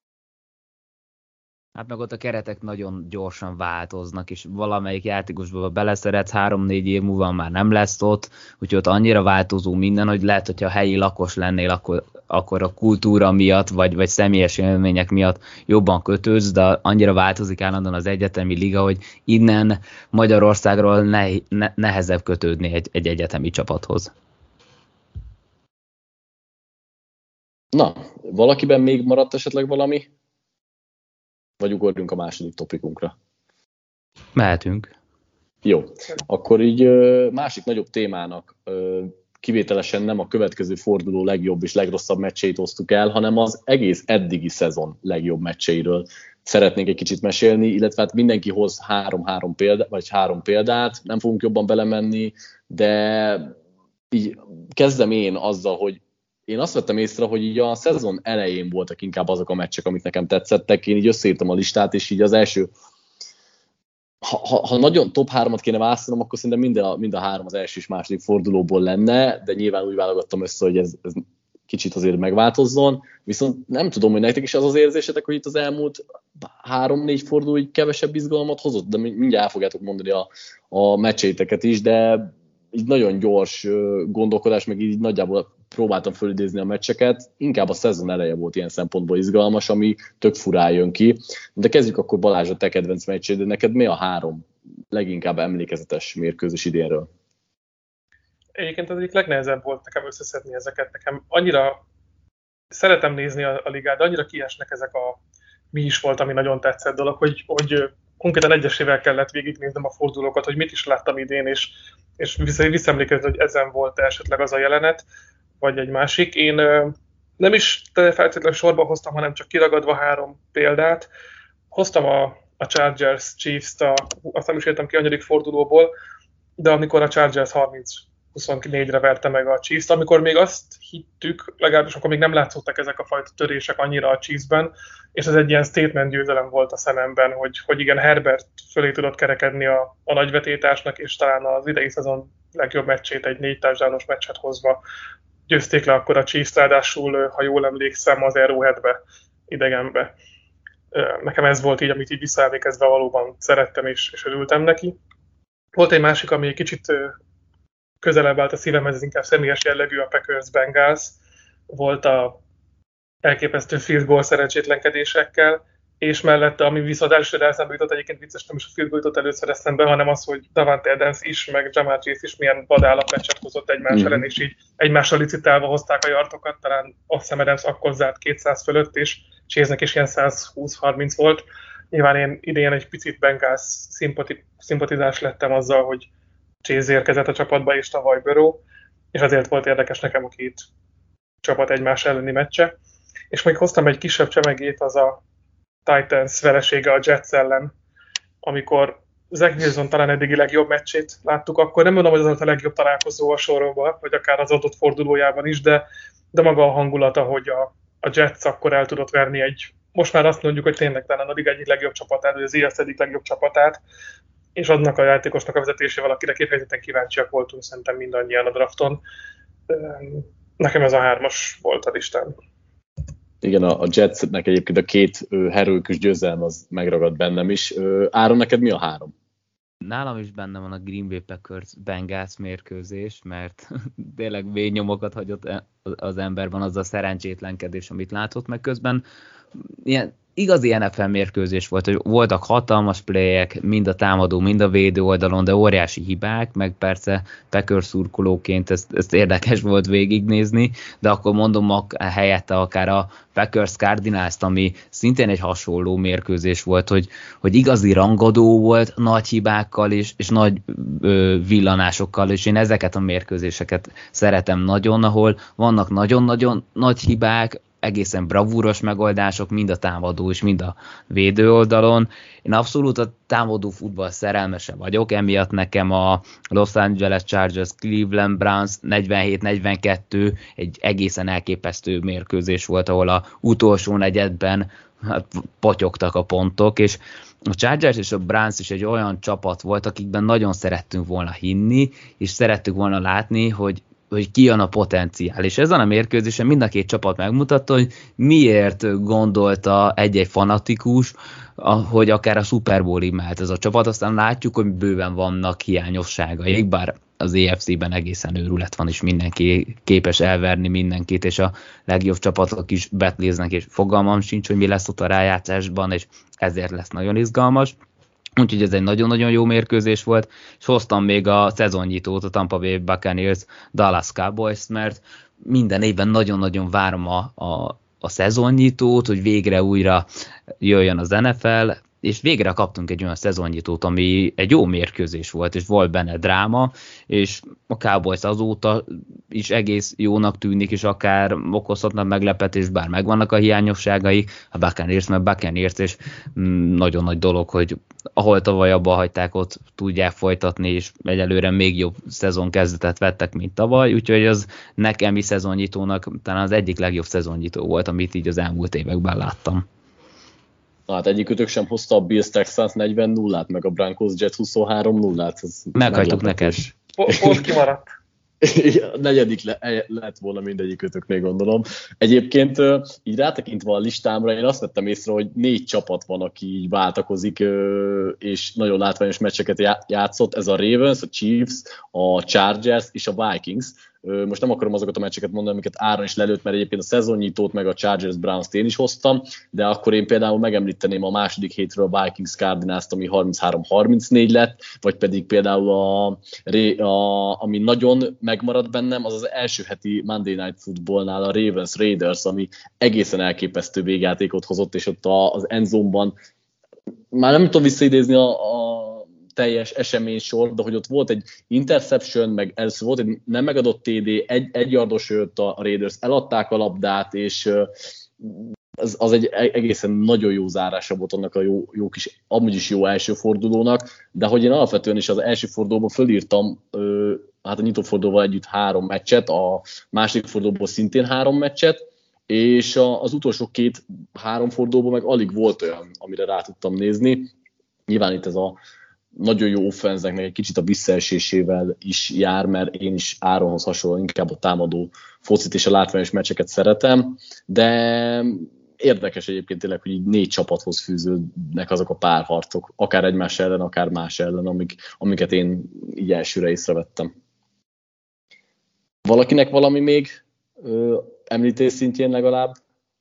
Hát meg ott a keretek nagyon gyorsan változnak, és valamelyik játékosba beleszeretsz, három-négy év múlva már nem lesz ott, úgyhogy ott annyira változó minden, hogy lehet, hogyha helyi lakos lennél, akkor, akkor a kultúra miatt, vagy, vagy személyes élmények miatt jobban kötődsz, de annyira változik állandóan az egyetemi liga, hogy innen Magyarországról ne, ne, nehezebb kötődni egy, egy egyetemi csapathoz. Na, valakiben még maradt esetleg valami? Vagy ugorjunk a második topikunkra? Mehetünk. Jó, akkor így másik nagyobb témának kivételesen nem a következő forduló legjobb és legrosszabb meccseit hoztuk el, hanem az egész eddigi szezon legjobb meccseiről szeretnénk egy kicsit mesélni, illetve hát mindenki hoz három-három példát, vagy három példát, nem fogunk jobban belemenni, de így kezdem én azzal, hogy én azt vettem észre, hogy így a szezon elején voltak inkább azok a meccsek, amik nekem tetszettek. Én így összeírtam a listát, és így az első, ha, ha, ha nagyon top hármat kéne választanom, akkor szerintem mind a, mind a három az első és második fordulóból lenne, de nyilván úgy válogattam össze, hogy ez, ez kicsit azért megváltozzon. Viszont nem tudom, hogy nektek is az az érzésetek, hogy itt az elmúlt három-négy forduló így kevesebb izgalmat hozott, de mindjárt el fogjátok mondani a, a meccseiteket is, de így nagyon gyors gondolkodás, meg így nagyjából próbáltam fölidézni a meccseket, inkább a szezon eleje volt ilyen szempontból izgalmas, ami tök furán jön ki. De kezdjük akkor Balázs, a te kedvenc meccsed, de neked mi a három leginkább emlékezetes mérkőzés idénről? Egyébként az egyik legnehezebb volt nekem összeszedni ezeket. Nekem annyira szeretem nézni a, a ligát, de annyira kiesnek ezek a mi is volt, ami nagyon tetszett dolog, hogy, hogy konkrétan egyesével kellett végignéznem a fordulókat, hogy mit is láttam idén, és, és visszaemlékezni, hogy ezen volt esetleg az a jelenet, vagy egy másik. Én nem is feltétlenül sorba hoztam, hanem csak kiragadva három példát. Hoztam a, a Chargers Chiefs-t, a, azt nem is értem ki anyadik fordulóból, de amikor a Chargers harminc huszonnégyre verte meg a Chiefs-t, amikor még azt hittük, legalábbis akkor még nem látszottak ezek a fajta törések annyira a Chiefs-ben, és ez egy ilyen statement győzelem volt a szememben, hogy, hogy igen, Herbert fölé tudott kerekedni a, a nagyvetétásnak, és talán az idei szezon legjobb meccsét, egy négy touchdownos meccset hozva győzték le akkor a Chiefs, ráadásul, ha jól emlékszem, az Arrowheadbe, idegenbe. Nekem ez volt így, amit így visszaemlékezve valóban szerettem és, és örültem neki. Volt egy másik, ami egy kicsit közelebb állt a szívemhez, ez inkább személyes jellegű, a Packers Bengals. Volt a elképesztő field goal szerencsétlenkedésekkel, és mellette, ami viszont elsőre eszembe jutott, egyébként vicces, nem is a field goal jutott először eszembe, hanem az, hogy Davante Adams is, meg Ja'Marr Chase is milyen vadállatmeccset hozott egymás mm. ellen, és így egymással licitálva hozták a yardokat, talán azt hiszem Adams akkor zárt kétszáz fölött, és Chase-nek is ilyen száz húsz harminc volt. Nyilván én idén egy picit Bengals szimpati- szimpatizás lettem azzal, hogy Chase érkezett a csapatba, és tavaly Burrow, és azért volt érdekes nekem a két csapat egymás elleni meccse. És még hoztam egy kisebb csemegét, az a Titans veresége a Jets ellen, amikor Zach Wilson talán eddigi legjobb meccsét láttuk, akkor nem mondom, hogy az volt a legjobb találkozó a soromban, vagy akár az adott fordulójában is, de, de maga a hangulata, hogy a, a Jets akkor el tudott verni egy, most már azt mondjuk, hogy tényleg talán a liga egyik legjobb csapatát, vagy az é ef cé egyik legjobb csapatát, és adnak a játékosnak a vezetésével, akire kifejezetten kíváncsiak voltunk szerintem mindannyian a drafton. Nekem ez a hármas volt a listán. Igen, a Jetsnek egyébként a két heroikus győzelem az megragad bennem is. Áron, neked mi a három? Nálam is benne van a Green Bay Packers Bengals mérkőzés, mert tényleg mély nyomokat hagyott az emberben az a szerencsétlenkedés, amit látott, meg közben ilyen igazi en ef el mérkőzés volt, hogy voltak hatalmas playek, mind a támadó, mind a védő oldalon, de óriási hibák, meg persze Packers szurkolóként ezt, ezt érdekes volt végignézni, de akkor mondom a helyette akár a Packers Cardinals-t, ami szintén egy hasonló mérkőzés volt, hogy, hogy igazi rangadó volt, nagy hibákkal és, és nagy ö, villanásokkal, és én ezeket a mérkőzéseket szeretem nagyon, ahol vannak nagyon-nagyon nagy hibák, egészen bravúros megoldások, mind a támadó és mind a védő oldalon. Én abszolút a támadó futball szerelmese vagyok, emiatt nekem a Los Angeles Chargers Cleveland Browns negyvenhét negyvenkettő egy egészen elképesztő mérkőzés volt, ahol a utolsó negyedben hát, potyogtak a pontok, és a Chargers és a Browns is egy olyan csapat volt, akikben nagyon szerettünk volna hinni, és szerettük volna látni, hogy hogy ki jön a potenciál. És ezen a mérkőzésen mind a két csapat megmutatta, hogy miért gondolta egy-egy fanatikus, hogy akár a Super Bowl-ig mehet ez a csapat. Aztán látjuk, hogy bőven vannak hiányosságaik, bár az é ef cé-ben egészen őrület van, és mindenki képes elverni mindenkit, és a legjobb csapatok is betléznek, és fogalmam sincs, hogy mi lesz ott a rájátszásban, és ezért lesz nagyon izgalmas. Úgyhogy ez egy nagyon-nagyon jó mérkőzés volt, és hoztam még a szezonnyitót, a Tampa Bay Buccaneers Dallas Cowboys, mert minden évben nagyon-nagyon várom a, a, a szezonnyitót, hogy végre újra jöjjön az en ef el, és végre kaptunk egy olyan szezonnyitót, ami egy jó mérkőzés volt, és volt benne dráma, és a Cowboys azóta is egész jónak tűnik, és akár okozhatnak meglepetést, bár megvannak a hiányosságai, a Buccaneers, mert Buccaneers, és nagyon nagy dolog, hogy ahol tavaly abba hagyták, ott tudják folytatni, és egyelőre még jobb szezon kezdetet vettek, mint tavaly, úgyhogy az nekem is szezonnyitónak talán az egyik legjobb szezonnyitó volt, amit így az elmúlt években láttam. Na hát egyikütök sem hozta a Bills Texans negyven nullát, meg a Broncos Jets huszonhárom nullát. Meghagytuk neked. Pont kimaradt. A negyedik le, lett volna mindegyikötöknél, gondolom. Egyébként így rátekintve a listámra, én azt vettem észre, hogy négy csapat van, aki így váltakozik, és nagyon látványos meccseket játszott. Ez a Ravens, a Chiefs, a Chargers és a Vikings. Most nem akarom azokat a meccseket mondani, amiket Áron is lelőtt, mert egyébként a szezonnyitót meg a Chargers Browns-t én is hoztam, de akkor én például megemlíteném a második hétről a Vikings Cardinals-t, ami harminchárom harmincnégy lett, vagy pedig például a, a, ami nagyon megmaradt bennem, az az első heti Monday Night Footballnál a Ravens Raiders, ami egészen elképesztő végjátékot hozott, és ott az endzone-ban már nem tudom visszaidézni a, a teljes esemény sor, de hogy ott volt egy interception, meg először volt egy nem megadott té dé, egy, egy yardos jött a Raiders, eladták a labdát, és az, az egy egészen nagyon jó zárása volt annak a jó, jó kis, amúgy is jó első fordulónak, de hogy én alapvetően is az első fordulóban fölírtam, hát a nyitófordulóval együtt három meccset, a második fordulóból szintén három meccset, és az utolsó két-három fordulóban meg alig volt olyan, amire rá tudtam nézni. Nyilván itt ez a nagyon jó offenzeknek egy kicsit a visszaesésével is jár, mert én is Áronhoz hasonlóan inkább a támadó focit és a látványos meccseket szeretem, de érdekes egyébként tényleg, hogy így négy csapathoz fűződnek azok a párharcok, akár egymás ellen, akár más ellen, amik, amiket én így elsőre észrevettem. Valakinek valami még ö, említés szintjén legalább?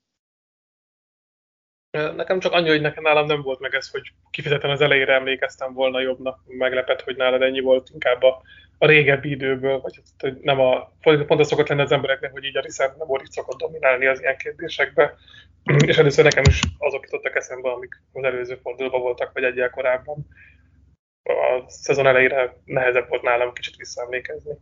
Nekem csak annyi, hogy nekem nálam nem volt meg ez, hogy kifejezetten az elejére emlékeztem volna jobbnak. Meglepett, hogy nálad ennyi volt, inkább a, a régebbi időből, vagy hogy nem a, pont az szokott lenni az embereknek, hogy így a Richard Memory szokott dominálni az ilyen kérdésekbe. És először nekem is azok jutottak eszembe, amik az előző fordulóban voltak, vagy egyel korábban. A szezon elejére nehezebb volt nálam kicsit visszaemlékezni.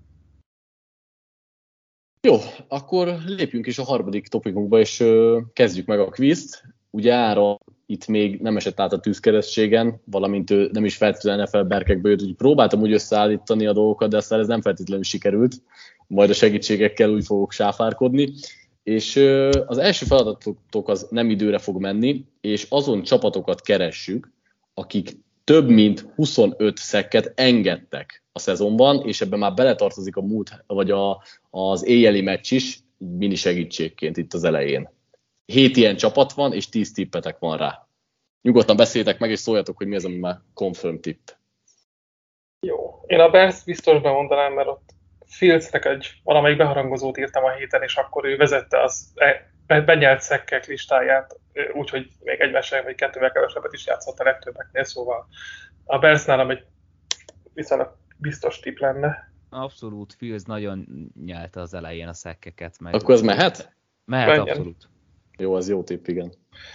Jó, akkor lépjünk is a harmadik topikunkba, és ö, kezdjük meg a kvízt. Ugye Áron itt még nem esett át a tűzkeresztségen, valamint ő nem is feltétlenül en ef el berkekből jött, úgyhogy próbáltam úgy összeállítani a dolgokat, de aztán ez nem feltétlenül sikerült. Majd a segítségekkel úgy fogok sáfárkodni. És ö, az első feladatok az nem időre fog menni, és azon csapatokat keressük, akik több mint huszonöt szekket engedtek a szezonban, és ebben már beletartozik a múlt, vagy a, az éjjeli meccs is, mini segítségként itt az elején. Hét ilyen csapat van, és tíz tippetek van rá. Nyugodtan beszéljetek meg, és szóljatok, hogy mi az, ami már confirm tipp. Jó. Én a Bears biztos bemondanám, mert ott Fieldsnek egy valamelyik beharangozót írtam a héten, és akkor ő vezette az benyelt szekkek listáját, úgyhogy még egy meccsel vagy kettővel kevesebbet is játszott a legtöbbeknél, szóval a Bears nálam egy viszonylag biztos tipp lenne. Abszolút, Fields nagyon nyelte az elején a szekkeket. Meg akkor ez mehet? Mehet, Menjen. abszolút. Jó, az jó tipp, igen.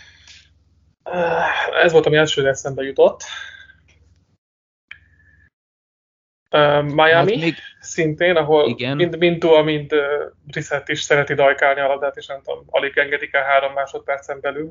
Ez volt, ami elsőre eszembe jutott. Uh, Miami hát még... szintén, ahol igen. mind, mind Tua, mind uh, Brissett is szereti dajkálni a labdát, és nem tudom, alig engedik el három másodpercen belül.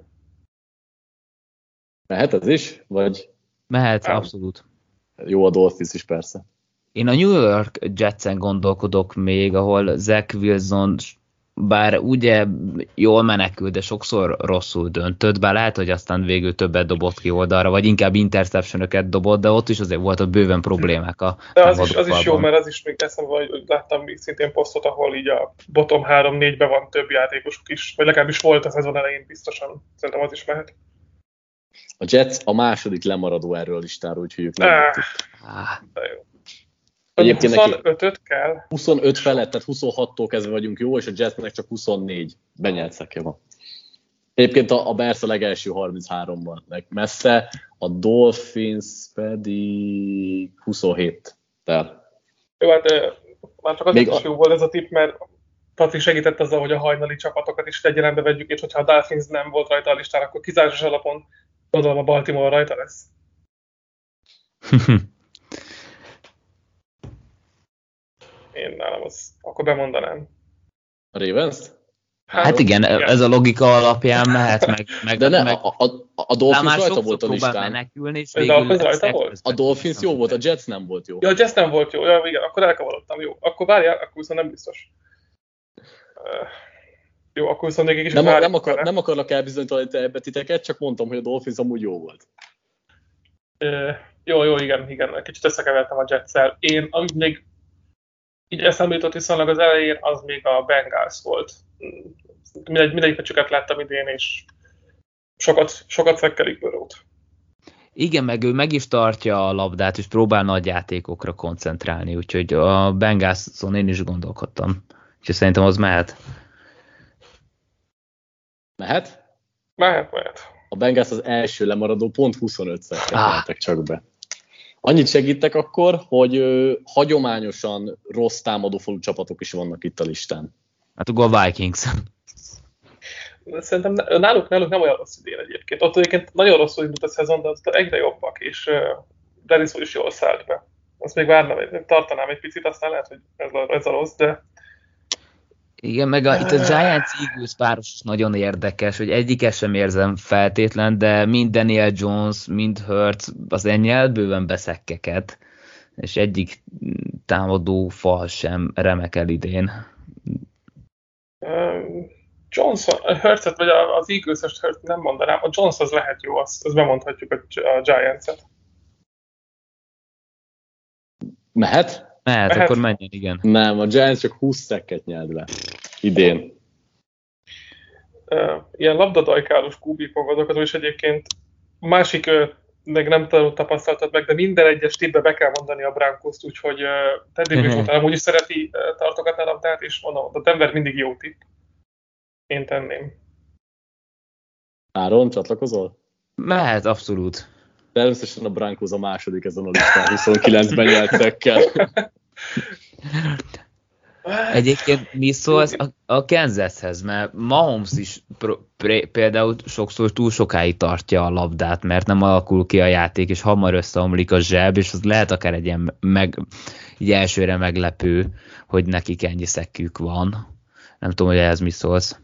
Mehet ez is? Vagy... Mehet, nem. Abszolút. Jó a Dolphins is persze. Én a New York Jetsen gondolkodok még, ahol Zach Wilson bár ugye jól menekül, de sokszor rosszul döntött, bár lehet, hogy aztán végül többet dobott ki oldalra, vagy inkább interceptionöket dobott, de ott is azért volt a bőven problémák a de az is, az is jó, mert az is még eszembe, hogy láttam még szintén posztot, ahol így a bottom három-négyben van több játékosuk is, vagy legalábbis volt a szezon elején biztosan, szerintem az is mehet. A Jets a második lemaradó erről a listáról, úgyhogy ők nem ah, de jó. Egyébként huszonötöt kell. huszonöt felett, tehát huszonhattól kezdve vagyunk jó, és a Jetsnek csak huszonnégy benyelt szekje van. Egyébként a, a Bears a legelső harmincháromban messze, a Dolphins pedig huszonhét tel. Jó, hát már csak azért is jó volt ez a tipp, mert Patrik segített azzal, hogy a hajnali csapatokat is figyelembe vegyük, és hogyha a Dolphins nem volt rajta a listán, akkor kizáros alapon gondolom a Baltimore rajta lesz. Én nálam az, akkor bemondanám. A Ravens? Hát, hát igen, igen, ez a logika alapján mehet meg. meg de ne, meg, a, a, a Dolphins rajta volt a listán. Menekülni, és a Dolphins rajta volt? A Dolphins jó volt, a Jets nem volt jó. Ja, a Jets nem volt jó, ja, igen, akkor elkavarodtam, jó. Akkor várjál, akkor viszont nem biztos. Uh, jó, akkor viszont még is nem, nem, akar, nem akarlak elbizonyítani ebbe titeket, csak mondtam, hogy a Dolphins amúgy jó volt. Uh, jó, jó, igen, igen, kicsit összekevertem a Jetszel. Én, amit még így eszembe jutott viszonylag az elején, az még a Bengals volt. Mindegy, mindegyik meccsüket láttam idén, és sokat, sokat szekkelik Burrowt. Igen, meg ő meg is tartja a labdát, és próbál nagy játékokra koncentrálni, úgyhogy a Bengalson én is gondolkodtam. Úgyhogy szerintem az mehet. Mehet? Mehet, mehet. A Bengals az első lemaradó, pont huszonöt szekket ah. csak be. Annyit segítek akkor, hogy ö, hagyományosan rossz támadófalú csapatok is vannak itt a listán. Hát akkor a Vikings. Szerintem náluk, náluk nem olyan rossz idén egyébként. Ott egyébként nagyon rosszul indult a szezon, de aztán egyre jobbak, és uh, Dennis is jól szállt be. Azt még várnám, tartanám egy picit, aztán lehet, hogy ez a, ez a rossz, de... Igen, meg a, itt a Giants-Eagles páros nagyon érdekes, hogy egyiket sem érzem feltétlen, de mind Daniel Jones, mind Hurts azért nyelt bőven beszekkeket, és egyik támadó fal sem remekel idén. Um, Johnson, Hurtset, vagy az Eagles-est Hurt nem mondanám, a Jones az lehet jó, azt, azt bemondhatjuk a, a Giants-et. Mehet? Mehet, Mehet. akkor menjen, igen. Nem, a Giants csak húsz szekket nyert le. Idén. Uh, ilyen labdadajkálós kúbikon vagyok, azon is egyébként másik, uh, meg nem tudom, tapasztaltad meg, de minden egyes tippbe be kell mondani a Broncos-t, úgyhogy uh, Teddy Bridgewater amúgy is szereti uh, tartogatni a labdát, és mondom, a Denver mindig jó tipp. Én tenném. Áron, csatlakozol? Mehet, abszolút. Természetesen a Broncos a második ezen a listán, huszonkilencben nyert szekkel. Egyébként mi szólsz a, a Kansashez, mert Mahomes is pro, pré, például sokszor túl sokáig tartja a labdát, mert nem alakul ki a játék, és hamar összeomlik a zseb, és az lehet akár egy ilyen meg, így elsőre meglepő, hogy nekik ennyi szekkük van. Nem tudom, hogy ehhez mi szólsz.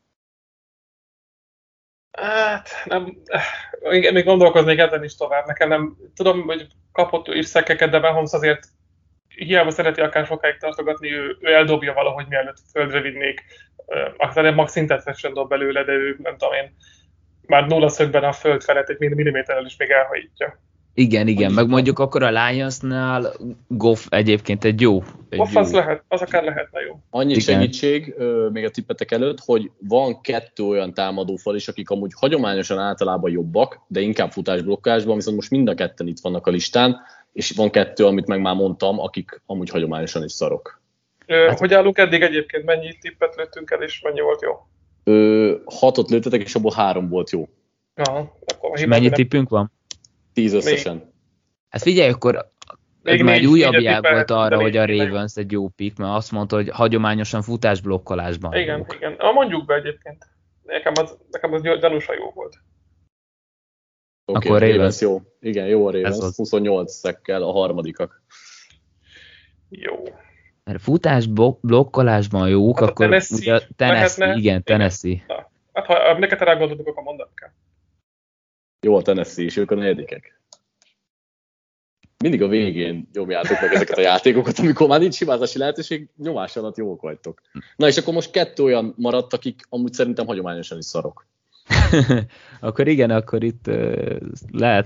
Hát, nem, igen, még gondolkoznék ezen is tovább. Nekem nem, tudom, hogy kapott ő is szekkeket, de Mahomes azért hiába szereti akár sokáig tartogatni, ő, ő eldobja valahogy, mielőtt földre vinnék. Aztán max szintet sem dob belőle, de ő, nem tudom én, már nulla szögben a föld felett egy milliméterrel is még elhajítja. Igen, igen, meg mondjuk akkor a Lionsnál Goff egyébként egy jó. Egy Goff jó. az lehet, az akár lehetne jó. Annyi Igen. segítség, még a tippetek előtt, hogy van kettő olyan támadófal is, akik amúgy hagyományosan általában jobbak, de inkább futásblokkásban, viszont most mind a ketten itt vannak a listán, és van kettő, amit meg már mondtam, akik amúgy hagyományosan is szarok. Hát, hogy állunk eddig egyébként? Mennyi tippet lőttünk el, és mennyi volt jó? Ö, hatot lőttetek, és abból három volt jó. Aha, akkor És mennyi tippünk van? Tíz összesen. Hát figyelj, akkor ez Még már egy négy- újabb négyet jel tippelhet, volt arra, de hogy a négy- Ravens egy jó pick, mert azt mondta, hogy hagyományosan futásblokkolásban. Igen, jók. igen. Ah, mondjuk be egyébként. Nekem az, nekem az gyanúsan jó volt. Oké, Akkor okay, Ravens. Ravens jó. Igen, jó a Ravens. Ez az. huszonnyolc szekkel a harmadikak. Jó. Mert futásblokkolásban jók, Hát a akkor Tennessee ugye Tennessee, lehetne. igen, Tennessee. Na, hát ha neked rá gondoltuk, akkor mondanod kell. Jó a Tennessee is, ők a negyedikek. Mindig a végén nyomjátok meg ezeket a játékokat, amikor már nincs hibázási lehetőség, nyomás alatt jók vagytok. Na és akkor most kettő olyan maradt, akik amúgy szerintem hagyományosan is szarok. Akkor igen, akkor itt uh, lehet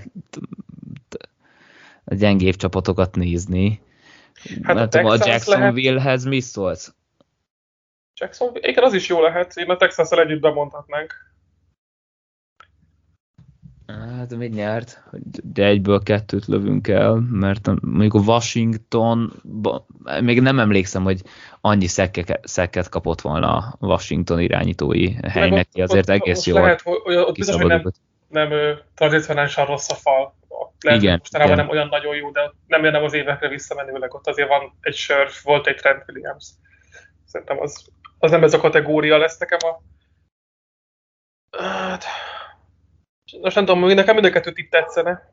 a gyengébb csapatokat nézni. Hát nem a tudom, a Texans Jacksonvillehez mi szólsz? Jackson, igen, az is jó lehet. Én a Texans-szel együtt bemondhatnánk. Hát mit nyert? De egyből kettőt lövünk el, mert mondjuk a Washington, még nem emlékszem, hogy annyi szekkeket, szekket kapott volna a Washington irányítói helynek, ki azért ott, egész ott jól lehet, hogy ott biztos, hogy nem, kiszabadult. nem ö, tradicionálisan rossz a fal. Ott lehet, Igen, hogy mostanában igen. nem olyan nagyon jó, de nem jönnem az évekre visszamenőleg. Ott azért van egy sör, volt egy Trent Williams. Szerintem az, az nem ez a kategória lesz nekem a... Hát... Most nem tudom, nekem mind a kettőt itt tetszene.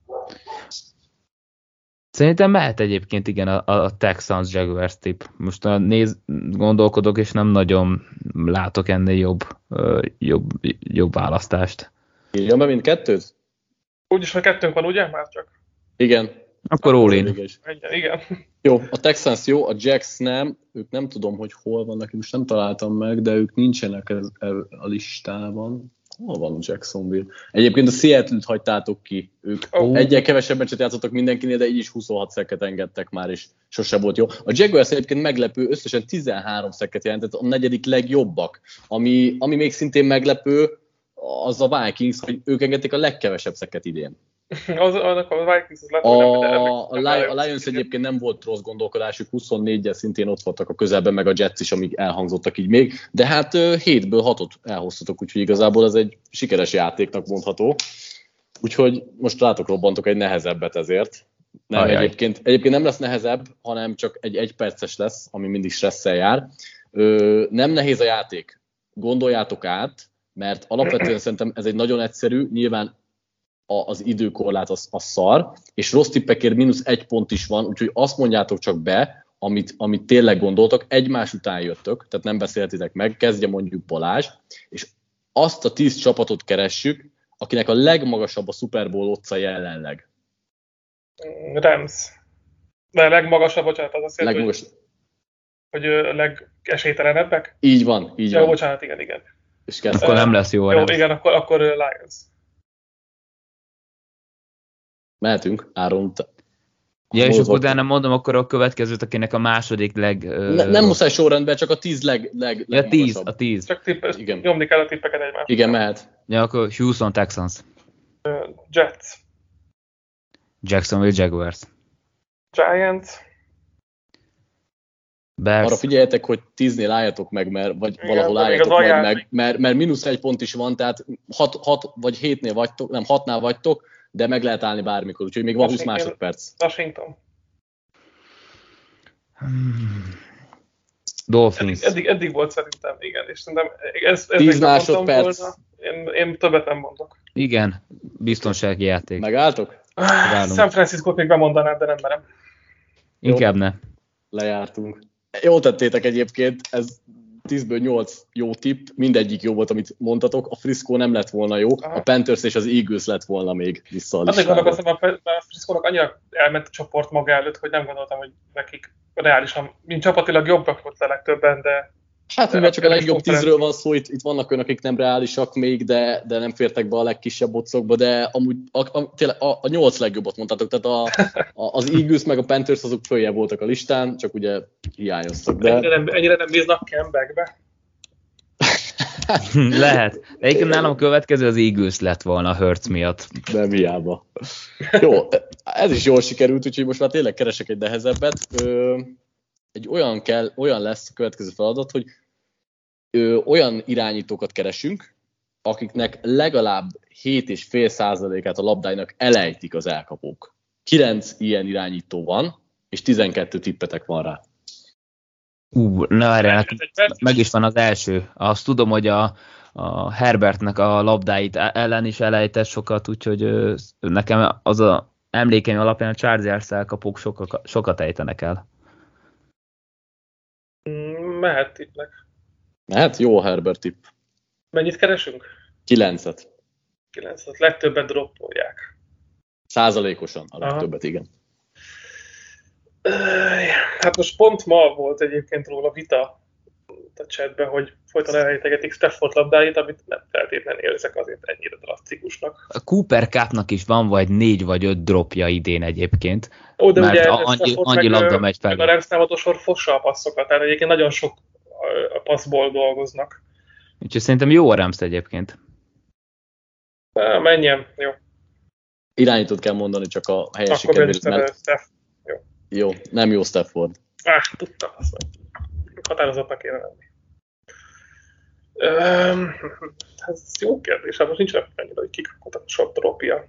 Szerintem mehet egyébként igen a, a Texans Jaguars tip. Most a néz, gondolkodok, és nem nagyon látok ennél jobb, jobb, jobb választást. Írjam be mindkettőt? Úgyis, hogy kettőnk van, ugye? Már csak. Igen. Akkor all in. Igen. Igen. Jó, a Texans jó, a Jacks nem, ők nem tudom, hogy hol vannak, most nem találtam meg, de ők nincsenek ez, ez a listában. Hol van a Jacksonville? Egyébként a Seattle-t hagytátok ki. Ők Oh. egyen kevesebb meccset játszottak mindenkinél, de így is huszonhat szekket engedtek már, és sose volt jó. A Jaguars egyébként meglepő, összesen tizenhárom szekket jelentett, a negyedik legjobbak. Ami, ami még szintén meglepő, az a Vikings, hogy ők engedték a legkevesebb szekket idén. Az, annak a Vikings az lett, A, hogy nem, nem, a, Lions, a Lions egyébként nem volt rossz gondolkodásuk, huszonnégyel szintén ott voltak a közelben, meg a Jets is, amíg elhangzottak így még, de hát hétből hatot elhoztatok, úgyhogy igazából ez egy sikeres játéknak mondható. Úgyhogy most rátok robbantok egy nehezebbet ezért. Nem, egyébként, egyébként nem lesz nehezebb, hanem csak egy egyperces lesz, ami mindig stresszel jár. Ö, nem nehéz a játék, gondoljátok át, mert alapvetően szerintem ez egy nagyon egyszerű, nyilván az időkorlát az, az szar, és rossz tippekért mínusz egy pont is van, úgyhogy azt mondjátok csak be, amit, amit tényleg gondoltok, egymás után jöttök, tehát nem beszéltitek meg, kezdje mondjuk Balázs, és azt a tíz csapatot keressük, akinek a legmagasabb a Super Bowl oddsa jelenleg. Rams. De a legmagasabb, bocsánat, az azt jelenti, Legmagas... hogy, hogy a legesélytelenebbek? Így van, így Jó, van. bocsánat, igen, igen. És kezd... Akkor nem lesz jó a Jó, Rams. igen, akkor, akkor Lions. Mehetünk, Áron. Ja, és akkor utána mondom akkor a következőt, akinek a második leg... Ne, nem muszáj sorrendben, csak a tíz leg, leg, ja, tíz, a tíz. Csak tipp, nyomni kell a tippeket egymásra. Igen, mehet. Ja, akkor Houston Texans. Uh, Jets. Jacksonville Jaguars. Giants. Bears. Arra figyeljetek, hogy tíznél álljatok meg, mert, vagy igen, valahol álljatok majd meg, mert, mert mínusz egy pont is van, tehát hat, hat vagy hétnél vagytok, nem hatnál vagytok, de meg lehet állni bármikor, úgyhogy még van húsz másodperc. Washington. Hmm. Dolphins. Eddig, eddig, eddig volt szerintem, igen, és szerintem ez, ez tíz másodperc. Én, én többet nem mondok. Igen, biztonsági játék. Megálltok? Megállunk. San Francisco-t még bemondanám, de nem merem. Inkább ne. Lejártunk. Jól tettétek egyébként, ez tízből nyolc jó tipp, mindegyik jó volt, amit mondtatok. A Frisco nem lett volna jó, aha. A Panthers és az Eagles lett volna még vissza a listába. Azért gondolkoztam, a Frisco-nak annyira elment a csoport maga előtt, hogy nem gondoltam, hogy nekik reálisan, mint csapatilag jobbak volt a legtöbben, de... Hát mivel csak a legjobb tízről van szó, itt, itt vannak önök, akik nem reálisak még, de, de nem fértek be a legkisebb boxokba, de amúgy a, a, tényleg a, a nyolc legjobbat mondtátok, tehát a, a, az Eagles meg a Panthers azok följebb voltak a listán, csak ugye hiányoztak. De... Ennyire, nem, ennyire nem bíznak Campbellbe? Lehet. Egyébként nálam a következő az Eagles lett volna a Hurts miatt. Nem hiába. Jó, ez is jól sikerült, úgyhogy most már tényleg keresek egy nehezebbet. Ö, egy olyan, kell, olyan lesz a következő feladat, hogy ö, olyan irányítókat keresünk, akiknek legalább hét egész öt százalékát a labdáinak elejtik az elkapók. kilenc ilyen irányító van, és tizenkettő tippetek van rá. Ú, ne várjál, meg is van az első. Azt tudom, hogy a, a Herbertnek a labdáit ellen is elejtett sokat, úgyhogy ö, nekem az a emlékeim alapján a Chargers elkapók sokat, sokat ejtenek el. Mehet tippnek. Mehet? Jó a Herbert tipp. Mennyit keresünk? Kilencet. Kilencet. Legtöbbet droppolják. Százalékosan a legtöbbet, igen. Hát most pont ma volt egyébként róla vita a chatben, hogy folyton elrejtegetik Stafford labdáit, amit nem feltétlenül érzek azért ennyire drasztikusnak. A Cooper Cupnak is van vagy négy vagy öt dropja idén egyébként. Ó, de mert ugye annyi, annyi labda megy fel. A Rams támadósor fossa a passzokat, tehát egyébként nagyon sok a passzból dolgoznak. Úgyhogy szerintem jó a Rams egyébként. Na, menjen, jó. Irányítót kell mondani csak a helyesség kedvéért. Mert... Jó. Jó, nem jó Stafford. Ah, tudtam, azt mondja. Határozottnak kéne lenni. Um, ez jó kérdés, hát most nincs annyira, hogy kik a sok dropja.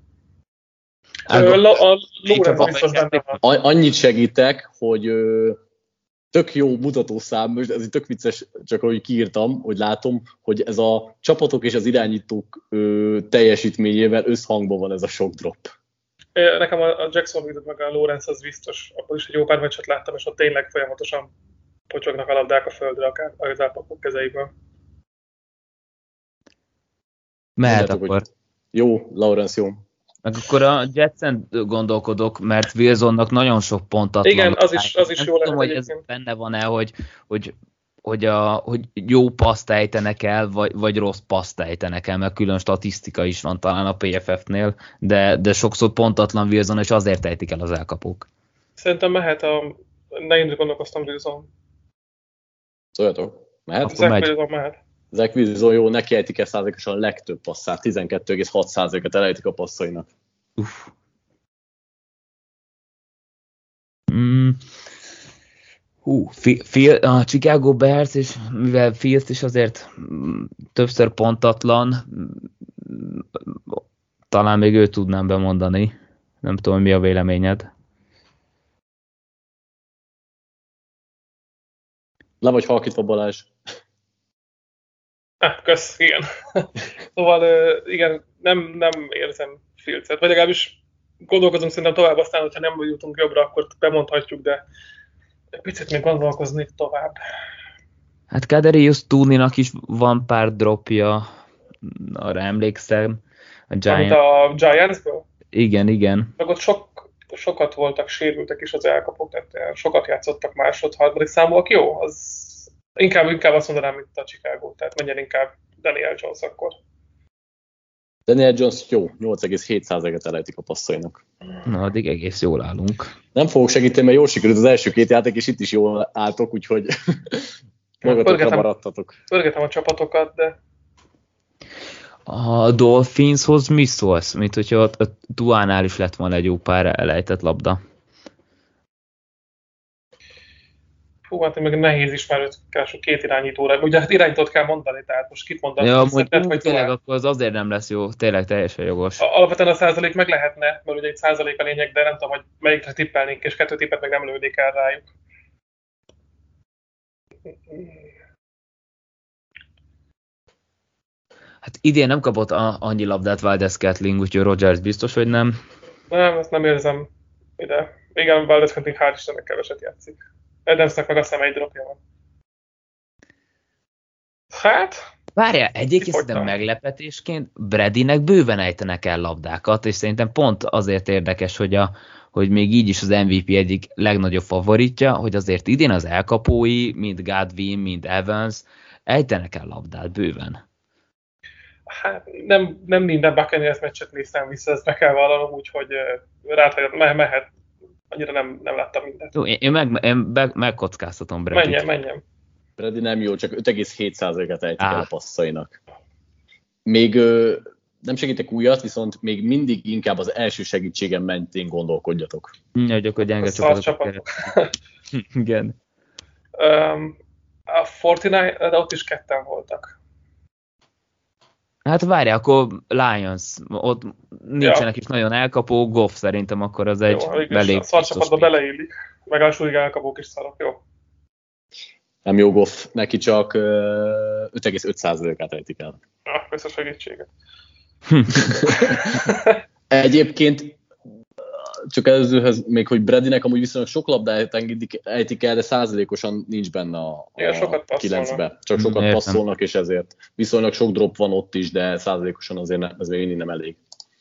A Lawrence biztos benne van. Annyit segítek, hogy ö, tök jó mutatószám, ez egy tök vicces, csak ahogy kiírtam, hogy látom, hogy ez a csapatok és az irányítók ö, teljesítményével összhangban van ez a sok drop. Nekem a Jacksonville meg a Lawrence az biztos, akkor is egy jó pár meccset láttam, és ott tényleg folyamatosan pocsognak a labdák a földre, akár az állapok kezeiből. Mehet akkor. Hogy jó, Lawrence jó. Meg akkor a Jetsen gondolkodok, mert Wilsonnak nagyon sok pontatlan. Igen, az is, az is jó lehet. Hogy ez benne van-e, hogy, hogy, hogy, a, hogy jó paszt ejtenek el, vagy, vagy rossz paszt ejtenek el, mert külön statisztika is van talán a pé ef ef-nél, de, de sokszor pontatlan Wilson, és azért ejtik el az elkapók. Szerintem mehet a... Ne én gondolkoztam Wilson. Szóljatok, mehet? Zach Wilson mehet. Zach Wilson jó, neki ejtik el százalékosan a legtöbb passzát, tizenkettő egész hat százalékot elejtik a passzainak. Uff. Mm. Hú, Phil, a Chicago Bears, és mivel Fields is azért többször pontatlan, talán még őt tudnám bemondani. Nem tudom, mi a véleményed. Le vagy halkítva, Balázs. Ah, kösz, igen. Szóval igen, nem, nem érzem Fields-et. Vagy legalábbis gondolkozunk szerintem tovább, aztán, hogyha nem jutunk jobbra, akkor bemondhatjuk, de egy picit még gondolkoznék tovább. Hát Kadarius Toneynak is van pár dropja, arra emlékszem. A Giants. a Giants-ből? Igen, igen. Meg ott sok, sokat voltak sérültek is az elkapók, tehát sokat játszottak másod, harmadik számúak, jó? Az inkább, inkább azt mondanám, mint a Chicago, tehát menjen inkább Daniel Jones akkor. Daniel Jones jó, nyolc egész hét százalékot elejtik a passzainak. Na, addig egész jól állunk. Nem fogok segíteni, mert jól sikerült az első két játék, és itt is jól álltok, úgyhogy magatokra maradtatok. Pörgetem a csapatokat, de... A Dolphinshoz mi szólsz? Mint hogyha a Duánál is lett volna egy jó pár elejtett labda. Hú, hát még nehéz is, mert két irányítóra. Ugye hát irányítót kell mondani, tehát most kit mondani? Ja, amúgy úgy, tényleg akkor az azért nem lesz jó, tényleg teljesen jogos. Alapvetően a százalék meg lehetne, mert ugye egy százalék a lényeg, de nem tudom, hogy melyikre tippelnénk, és kettő tippet meg nem lőnék el rájuk. Hát idén nem kapott a, annyi labdát Valdes-Scantling, úgyhogy Rodgers biztos, hogy nem. Nem, ezt nem érzem ide. Igen, Valdes-Scantling hál' Istennek keveset játszik. Adamsnek meg azt hiszem egy dropja van. Hát... Várjál, egyébként szerintem meglepetésként Bradynek bőven ejtenek el labdákat, és szerintem pont azért érdekes, hogy, a, hogy még így is az em vé pé egyik legnagyobb favoritja, hogy azért idén az elkapói, mint Godwin, mint Evans, ejtenek el labdát bőven. Hát nem, nem minden Buccaneers meccset néztem vissza, ezt be kell vallanom, úgyhogy rád, me- mehet. Annyira nem, nem láttam mindent. Jó, én, meg, én meg, megkockáztatom Bradyt. Menjen, menjen. Brady nem jó, csak öt egész hét százalékot ejtik el a passzainak. Még ö, nem segítek újat, viszont még mindig inkább az első segítségem mentén gondolkodjatok. Ja, hogy akkor gyenge csapatok. Igen. Um, a negyvenkilenc, de ott is ketten voltak. Hát várj, akkor Lions, ott nincsenek ja. is nagyon elkapó, Goff szerintem akkor az egy belég. A szarcsapatba beleillik, meg a súlyig elkapók is szarok, jó. Nem jó Goff, neki csak öt egész öt százalékát ejtik el. Ah, kösz segítséget. Egyébként csak előzőhöz még, hogy Bradynek amúgy viszonylag sok labdát ejtik el, de százalékosan nincs benne a, a kilencbe. Csak sokat Értem. passzolnak, és ezért viszonylag sok drop van ott is, de százalékosan azért ne, ez még mindig nem elég.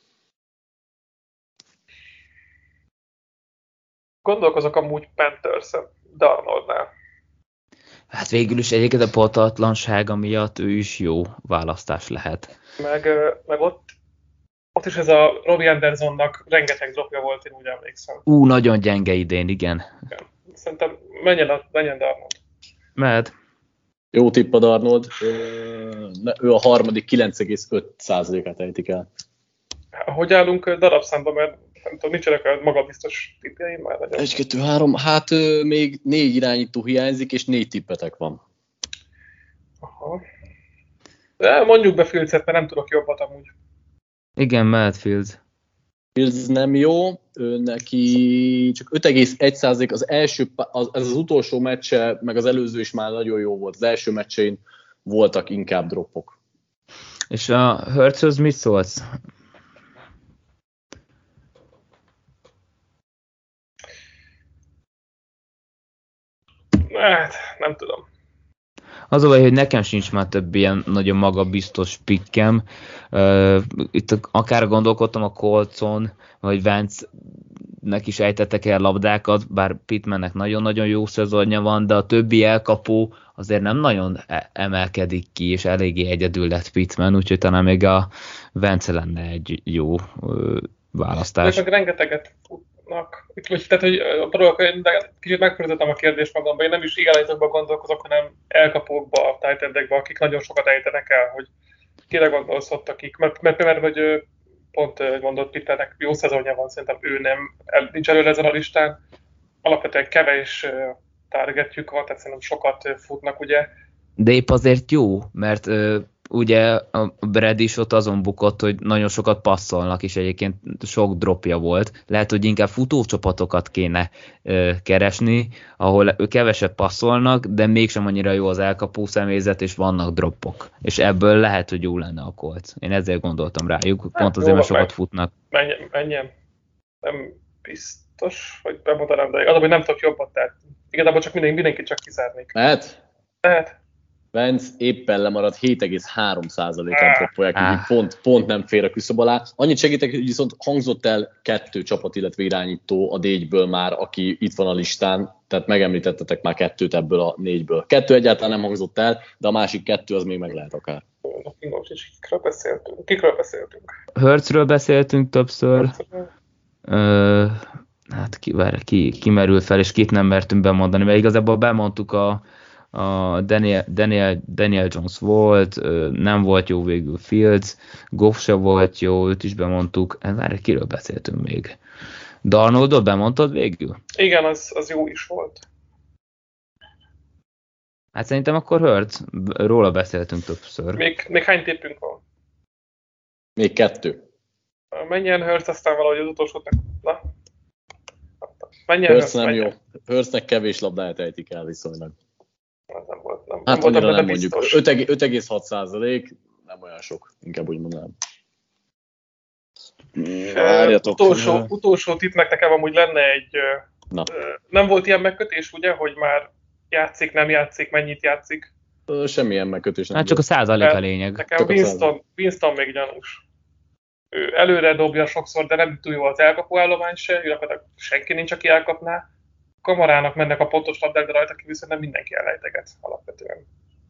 Gondolkozok amúgy Panthers-en, Darnoldnál. Hát végül is egyébként a pontatlansága miatt ő is jó választás lehet. Meg, meg ott Ott is ez a Robbie Andersonnak rengeteg dropja volt, én úgy emlékszem. Ú, nagyon gyenge idén, igen. igen. Szerintem menjen, a, menjen Darnold. Mehet. Jó tipp a Darnold. Ő a harmadik kilenc egész öt százalékát ejtik el. Hogy állunk darabszámban, mert nem tudom, nincsenek a magabiztos tippjeim már nagyon. egy, kettő, három, hát még négy irányító hiányzik, és négy tippetek van. Aha. De mondjuk be Fields-et, mert nem tudok jobbat amúgy. Igen, mehet Fields. Fields nem jó, ő neki csak öt egész egy százalék az első, az, ez az utolsó meccse, meg az előző is már nagyon jó volt. Az első meccsein voltak inkább droppok. És a Hurts-höz mit szólsz? Hát, nem tudom. Az a baj, hogy nekem sincs már több ilyen nagyon magabiztos pikkem. Uh, itt akár gondolkodtam a Coltson, vagy Vance-nek is ejtettek el labdákat, bár Pittmannek nagyon-nagyon jó szezonja van, de a többi elkapó azért nem nagyon emelkedik ki, és eléggé egyedül lett Pittman, úgyhogy talán még a Vance lenne egy jó uh, választás. Meg rengeteget futnak. Tehát, hogy de kicsit megfordítottam a kérdést magamban, én nem is irányítókban gondolkozok, hanem elkapókba, a tight endekbe, akik nagyon sokat ejtenek el, hogy kire gondolsz ott, akik, mert, mert, mert hogy pont mondott Pitternek jó szezonja van, szerintem ő nem, el, nincs előre ezen a listán, alapvetően kevés targetjük van, tehát szerintem sokat futnak, ugye. De épp azért jó, mert ö, ugye a Brad is ott azon bukott, hogy nagyon sokat passzolnak, és egyébként sok dropja volt. Lehet, hogy inkább futócsapatokat kéne ö, keresni, ahol ő kevesebb passzolnak, de mégsem annyira jó az elkapó személyzet, és vannak droppok. És ebből lehet, hogy jó lenne a Colts. Én ezért gondoltam rájuk, hát, pont azért, mert sokat meg, futnak. Menjen, menjen. Nem biztos, hogy bemondanám, de az, hogy nem tudok jobbat, tehát igazából csak mindenki, mindenki csak kizárnék. Lehet? Lehet. Vance éppen lemaradt hét egész három százalékán droppolják, ah. pont, pont nem fér a küszöb alá. Annyit segítek, hogy viszont hangzott el kettő csapat, illetve irányító a négyből már, aki itt van a listán, tehát megemlítettetek már kettőt ebből a négyből. Kettő egyáltalán nem hangzott el, de a másik kettő az még meg lehet akár. Fingom sincs, kikről beszéltünk. Kikről beszéltünk? Hurtsről beszéltünk többször. Hurtsről. Ö, hát ki, ki, ki merül fel, és kit nem mertünk bemondani, mert igazából bemondtuk a, a Daniel, Daniel, Daniel Jones volt, nem volt jó végül Fields, Goff se volt jó, őt is bemondtuk. Várj, kiről beszéltünk még? Darnoldot bemondtad végül? Igen, az, az jó is volt. Hát szerintem akkor Hurts, róla beszéltünk többször. Még, még hány tippünk van? Még kettő. Menjen Hurts, aztán valahogy az utolsót meg... Na. Menjen Hurts nem menjen. jó. Hurtsnek kevés labdáját ejtik el viszonylag. Ez nem volt, nem, Hát nem annyira volt nem mondjuk. öt egész hat százalék, nem olyan sok, inkább úgy mondanám. Várjatok. Utolsó, utolsó tippnek nekem amúgy lenne egy... Na. Nem volt ilyen megkötés, ugye, hogy már játszik, nem játszik, mennyit játszik? Semmilyen megkötés nem. Hát csak a százalék a lényeg. Nekem Winston, Winston még gyanús. Ő előre dobja sokszor, de nem túl jó az elkapó állomány se, gyakorlatilag senki nincs, aki elkapná. Kamarának mennek a pontos labdák, de rajta kívül szerintem mindenki elejteget alapvetően.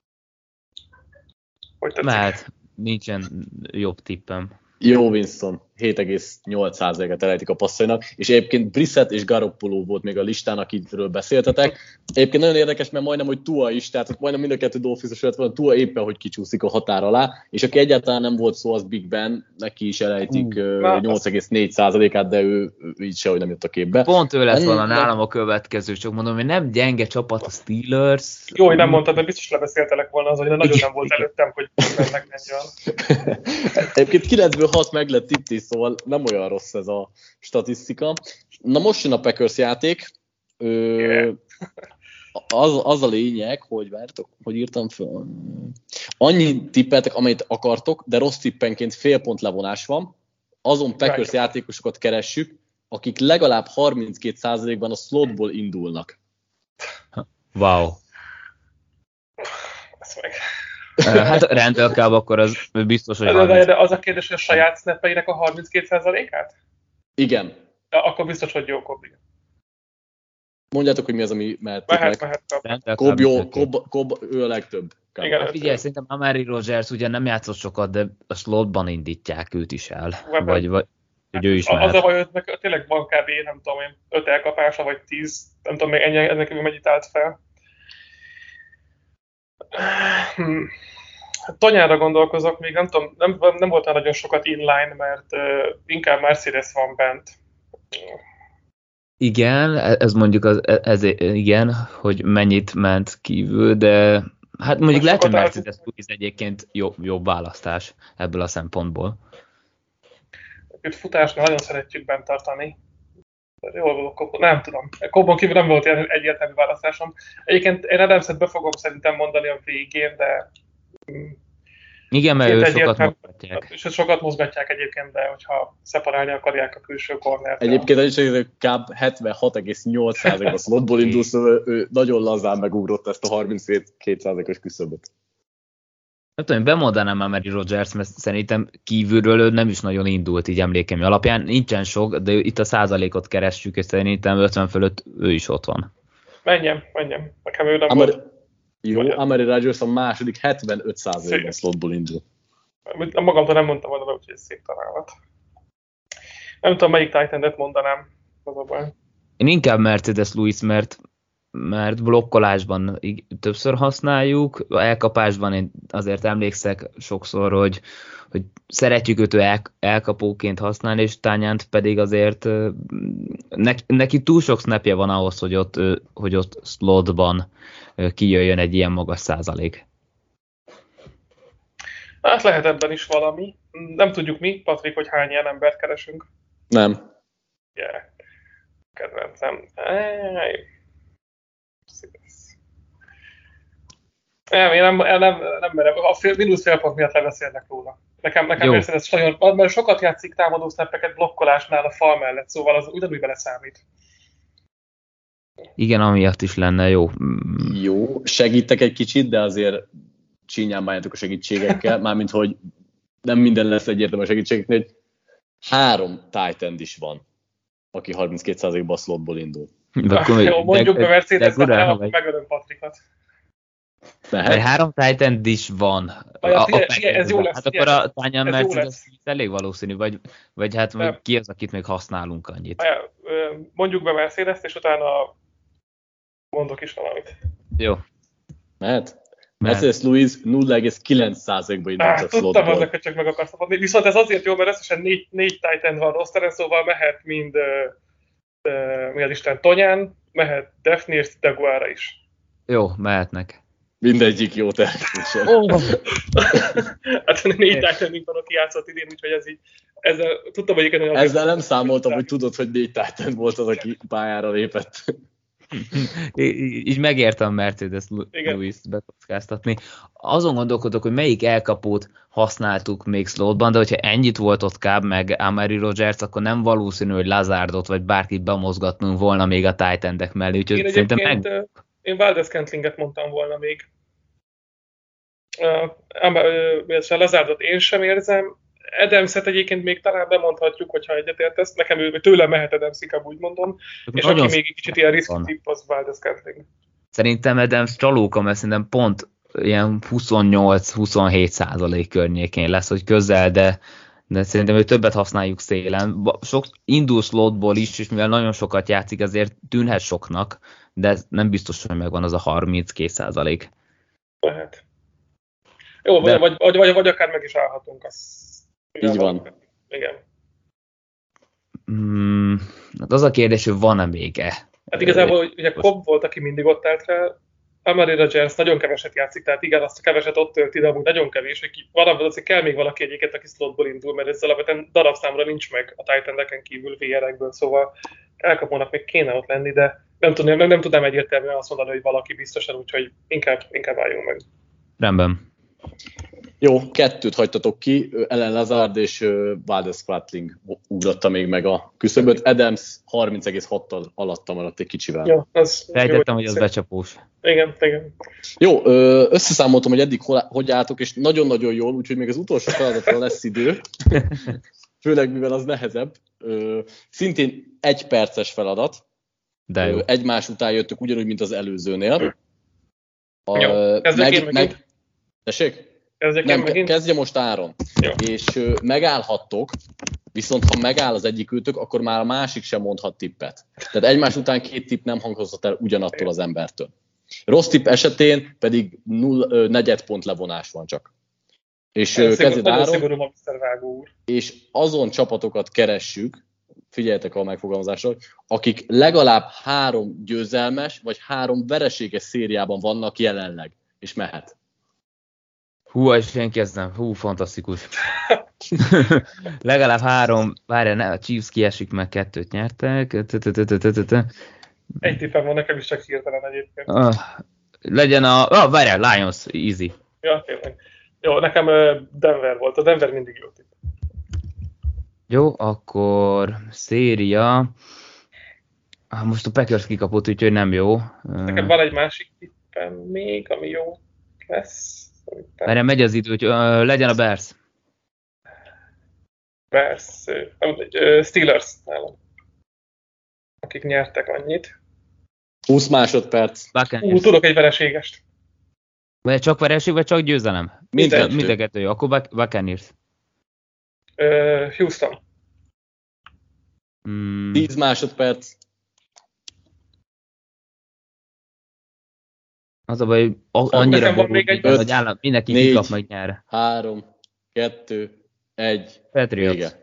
Hogy tetszik? Mert nincsen jobb tippem. Jó Winston, hét egész nyolc százalékát elejtik a passzainak, és egyébként Brissett és Garoppolo volt még a listán, akikről beszéltetek. Egyébként nagyon érdekes, mert majdnem, hogy Tua is, tehát majdnem mind a kettő Dolphins-os lett volna, Tua éppen, hogy kicsúszik a határ alá, és aki egyáltalán nem volt szó, az Big Ben, neki is elejtik uh, nyolc egész négy százalékát, de ő, ő így sehogy nem jött a képbe. Pont ő lett volna nálam a következő, csak mondom, hogy nem gyenge csapat a Steelers. Jó, hogy nem mondtad, mert biztos lebeszéltelek volna az, hogy nagyon nem volt előttem, hogy mennek menjen. Egyébként kilencből hat meg lett itt is, szóval nem olyan rossz ez a statisztika. Na most jön a Packers játék. Ö, yeah. az, az a lényeg, hogy vártok, hogy írtam fel. Annyi tippeltek, amit akartok, de rossz tippenként fél pont levonás van. Azon Packers right. játékosokat keressük, akik legalább harminckét százalékban a slotból indulnak. Wow. Ezt meg... Hát Randall Cobb akkor az biztos, hogy... De, de az a kérdés, hogy a saját snappeinek a harminckét százalékát? Igen. Ja, akkor biztos, hogy jó Cobb. Mondjátok, hogy mi az, ami mehet mehet, meg. mehet Cobb jó, Cobb, Cobb, ő a legtöbb. Igen, hát figyelj, szerintem Amari Rogers ugye nem játszott sokat, de a slotban indítják őt is el. Webben. Vagy, vagy hogy ő is az mehet. a baj, hogy meg tényleg van kb. Nem tudom én, öt elkapása, vagy tíz, nem tudom még ennyi, ennek kívül mennyit állt fel. Hmm. Tonyára gondolkozok, még nem tudom, nem, nem volt nagyon sokat inline, mert uh, inkább Mercedes van bent. Igen, ez mondjuk az, ez, igen, hogy mennyit ment kívül, de hát mondjuk lehet, hogy Mercedes Lewis egyébként jobb, jobb választás ebből a szempontból. Itt futásnál nagyon szeretjük bent tartani. Jól volt, nem tudom. Cobbon kívül nem volt ilyen egyértelmű választásom. Egyébként én Adamset be fogom szerintem mondani a végén, de... Igen, mert ő sokat mozgatják. És sokat mozgatják egyébként, de hogyha szeparálni akarják a külső kornert. Egyébként az is, hogy kb. hetvenhat egész nyolc százalék a slotból indul, szóval ő nagyon lazán megugrott ezt a harminckét százalékos küszöböt. Nem tudom, bemondanám már Mary Rogers, mert szerintem kívülről ő nem is nagyon indult, így emlékeim alapján. Nincsen sok, de itt a százalékot keressük, és szerintem ötven fölött ő is ott van. Menjem, menjem. Nekem ő nem Amari, volt. Jó, Amari Rogers a második hetvenöt százalékban slotból indul. Magamtól nem mondtam volna, úgyhogy ez szép találat. Nem tudom, melyik Titan-et mondanám. Az a baj. Én inkább Mercedes Lewis, mert mert blokkolásban többször használjuk, elkapásban én azért emlékszek sokszor, hogy, hogy szeretjük őt el, elkapóként használni, és Tányánt pedig azért neki, neki túl sok snapje van ahhoz, hogy ott, hogy ott slotban kijöjjön egy ilyen magas százalék. Hát lehet ebben is valami. Nem tudjuk mi, Patrik, hogy hány ilyen embert keresünk. Nem. Yeah. Kedvencem. Ej. Nem, én nem, nem, nem merem. A fél, mínusz fél pont miatt leveszélnek róla. Nekem, nekem Mercedes nagyon, mert sokat játszik támadó snappeket blokkolásnál a fal mellett, szóval az ugyanúgy bele számít. Igen, amiatt is lenne jó. Jó, segítek egy kicsit, de azért csínyán bánjátok a segítségekkel, mármint, hogy nem minden lesz egyértelmű a segítségeknél, hogy három tight end is van, aki harminckét százalékban a slotból indul. De, jó, mondjuk be Mercedes-nek, akkor megölöm Patrikot. Mert három Titan is van. A, a, a, figyelj, ez jó lesz. Hát akkor a Tanya Mercedes elég valószínű, vagy, vagy hát vagy ki az, akit még használunk annyit. Mondjuk be Mercedes-t, és utána mondok is valamit. Jó. Mehet? Mercedes Lewis nulla egész kilenc százalékban indult a tudtam aznak, hogy csak meg akarsz adni. Viszont ez azért jó, mert összesen négy, négy Titan van rosteren, szóval mehet mind uh, uh, mi az Isten Tonyán, mehet Daphne és Daguara is. Jó, mehetnek. Mindegyik jó természetesen. Oh. Hát négy Titan van, aki játszott idén, úgyhogy ez így, ezzel tudtam, hogy igen... Ezzel nem számoltam, hogy tudod, hogy négy Titan volt az, aki pályára lépett. Így megértem Mercedes Lewis-t bekockáztatni. Azon gondolkodok, hogy melyik elkapót használtuk még slotban, de hogyha ennyit volt ott Cobb meg Amari Rogers, akkor nem valószínű, hogy Lazardot vagy bárkit bemozgatnunk volna még a Titan-ek mellé. Úgyhogy én szerintem meg... Én Valdez Scantlinget mondtam volna még. Uh, Lazardot én sem érzem. Adamset egyébként még talán bemondhatjuk, hogyha egyetértesz. Nekem ő, tőle mehet Adams, inkább úgy mondom. És aki még egy kicsit ilyen riszki tipp, az Valdez Scantling. Szerintem Adams csalóka, mert szerintem pont ilyen huszonnyolc-huszonhét százalék környékén lesz, hogy közel, de, de szerintem ő többet használjuk szélen. Sok indul slotból is, és mivel nagyon sokat játszik, azért tűnhet soknak, de ez nem biztos, hogy megvan az a harminckét százalék. Lehet. Jó, de... vagy, vagy, vagy, vagy akár meg is állhatunk. Az... Így van. Igen. Hmm, hát az a kérdés, hogy van-e még-e? Hát igazából ugye Cobb volt, aki mindig ott állt rá. Amari Rogers nagyon keveset játszik, tehát igen, azt a keveset ott tölti, de amúgy nagyon kevés, hogy valami azért kell még valaki egyiket, aki slotból indul, mert ez alapvetően darabszámra nincs meg a Titan-eken kívül vé er-ekből, szóval elkapónak még kéne ott lenni, de nem tudnám, nem, nem tudnám egyértelműen azt mondani, hogy valaki biztosan, úgyhogy inkább, inkább álljunk meg. Rendben. Jó, kettőt hagytatok ki, Ellen Lazard és Valdez Scantling ugratta még meg a küszöböt. Adams harminc egész hattal alatta maradt egy kicsivel. Jó, az Sejtettem, hogy az becsapós. Igen, igen. Jó, összeszámoltam, hogy eddig hogy álltok, és nagyon-nagyon jól, úgyhogy még az utolsó feladatra lesz idő. Főleg, mivel az nehezebb. Szintén egy perces feladat. De jó. Egymás után jöttök ugyanúgy, mint az előzőnél. A, jó, kezdjek én meg. Tessék? Kezdjek Nem, én megint? kezdje most Áron. Jó. És ö, megállhattok, viszont ha megáll az egyik őtök, akkor már a másik sem mondhat tippet. Tehát egymás után két tipp nem hangozhat el ugyanattól az embertől. Rossz tipp esetén pedig null, ö, negyed pont levonás van csak. És kezdjed Áron, szigorú a miszter Vágó úr. És azon csapatokat keressük, figyeljetek a megfogalmazásra, akik legalább három győzelmes, vagy három vereséges szériában vannak jelenleg, és mehet. Hú, és én kezdem. Hú, fantasztikus. Legalább három, várjál, ne, a Chiefs kiesik, meg kettőt nyertek. Egy tippem van, nekem is csak hirtelen egyébként. Uh, legyen a... Ah, várjál, Lions, easy. Ja, tényleg. Jó, nekem Denver volt. A Denver mindig jó tipp. Jó, akkor széria... Most a Packers kikapott, úgyhogy nem jó. Nekem van egy másik tippem még, ami jó lesz. Mert megy az idő, hogy uh, legyen a Bears. Bears, uh, Steelers nálam. Akik nyertek annyit. húsz másodperc. Ú, tudok egy vereségest. Vagy csak vereség, vagy csak győzelem? Minden. Mind kettő jó. Akkor Buccaneers. Uh, Houston. Hmm. tíz másodperc. Az a baj, hogy annyira van még egy hogy állam, mindenki négy, kikap meg nyára. három, kettő, egy, Patriots. vége.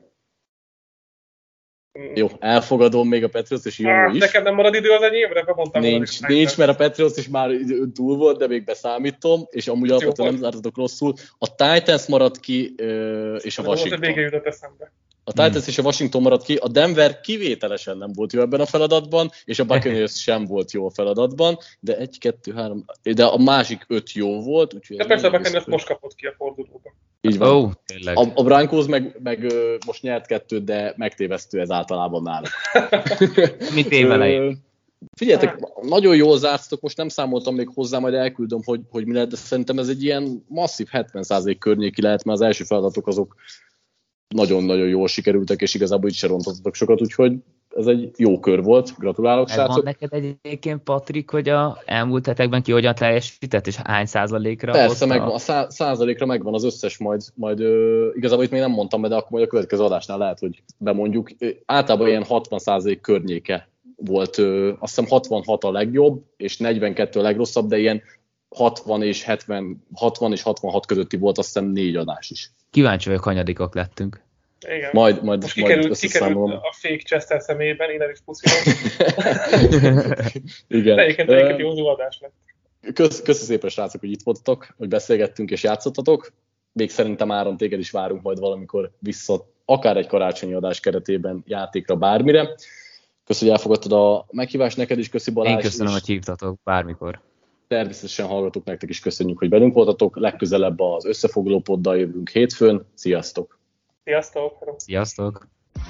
Jó, elfogadom még a Patriots, és jó ah, is. Nekem nem marad idő az enyémre, bemondtam. Nincs, nincs, mert a Patriots is már túl volt, de még beszámítom, és amúgy alapvetően nem zártatok rosszul. A Titans maradt ki, és a Washington. Az a vége jutott eszembe. A Titans hmm. és a Washington maradt ki, a Denver kivételesen nem volt jó ebben a feladatban, és a Buccaneers sem volt jó a feladatban, de egy, kettő, három, de a másik öt jó volt. Úgyhogy de persze a Buccaneers most kapott ki a fordulóba. Így van. Oh, a, a Broncos meg, meg most nyert kettőt, de megtévesztő ez általában náluk. Mit évelején? Figyeljetek, nagyon jól zártatok, most nem számoltam még hozzá, majd elküldöm, hogy, hogy mi lehet, de szerintem ez egy ilyen masszív hetven százalék környéki lehet, mert az első feladatok azok nagyon-nagyon jól sikerültek, és igazából így se rontottak sokat, úgyhogy ez egy jó kör volt, gratulálok, ez srácok. Van neked egyébként, Patrik, hogy a elmúlt hetekben ki hogyan teljesített, és hány százalékra? Persze, megvan, a szá- százalékra megvan az összes, majd, majd ö, igazából itt még nem mondtam be, de akkor majd a következő adásnál lehet, hogy bemondjuk. Általában ilyen hatvan százalék környéke volt, ö, azt hiszem hatvanhat a legjobb, és negyvenkettő a legrosszabb, de ilyen hatvan és hetven, hatvan és hatvanhat közötti volt, azt hiszem négy adás is. Kíváncsi vagyok, hanyadikak lettünk. Igen. Majd, majd, most majd kikerült, kikerült a fake Chester személyében, innen is puszilom. Igen. De egyébként egy jó adás lett. Kösz, köszi szépen, srácok, hogy itt voltatok, hogy beszélgettünk és játszottatok. Még szerintem Áron, téged is várunk majd valamikor vissza, akár egy karácsonyi adás keretében játékra, bármire. Köszönöm, hogy elfogadtad a meghívást, neked is köszi, Balázs. Én köszönöm, hogy hívtatok bármikor. Természetesen hallgatók, nektek is köszönjük, hogy velünk voltatok. Legközelebb az összefoglaló poddal jövünk hétfőn. Sziasztok! Sziasztok! Sziasztok!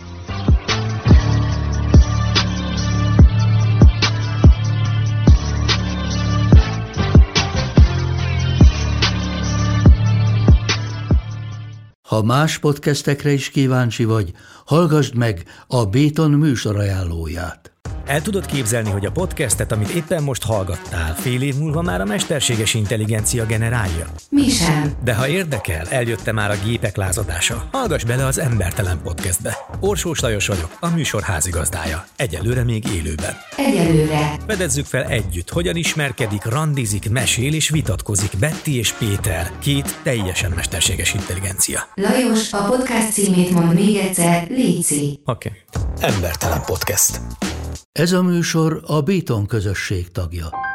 Ha más podcastekre is kíváncsi vagy, hallgassd meg a Béton műsor ajánlóját. El tudod képzelni, hogy a podcastet, amit éppen most hallgattál, fél év múlva már a mesterséges intelligencia generálja? Mi sem. De ha érdekel, eljött már a gépek lázadása. Hallgass bele az Embertelen Podcastbe. Orsós Lajos vagyok, a műsor házigazdája. Egyelőre még élőben. Egyelőre. Fedezzük fel együtt, hogyan ismerkedik, randizik, mesél és vitatkozik Betty és Péter, két teljesen mesterséges intelligencia. Lajos, a podcast címét mond még egyszer, léci. Oké. Okay. Embertelen Podcast. Ez a műsor a Béton közösség tagja.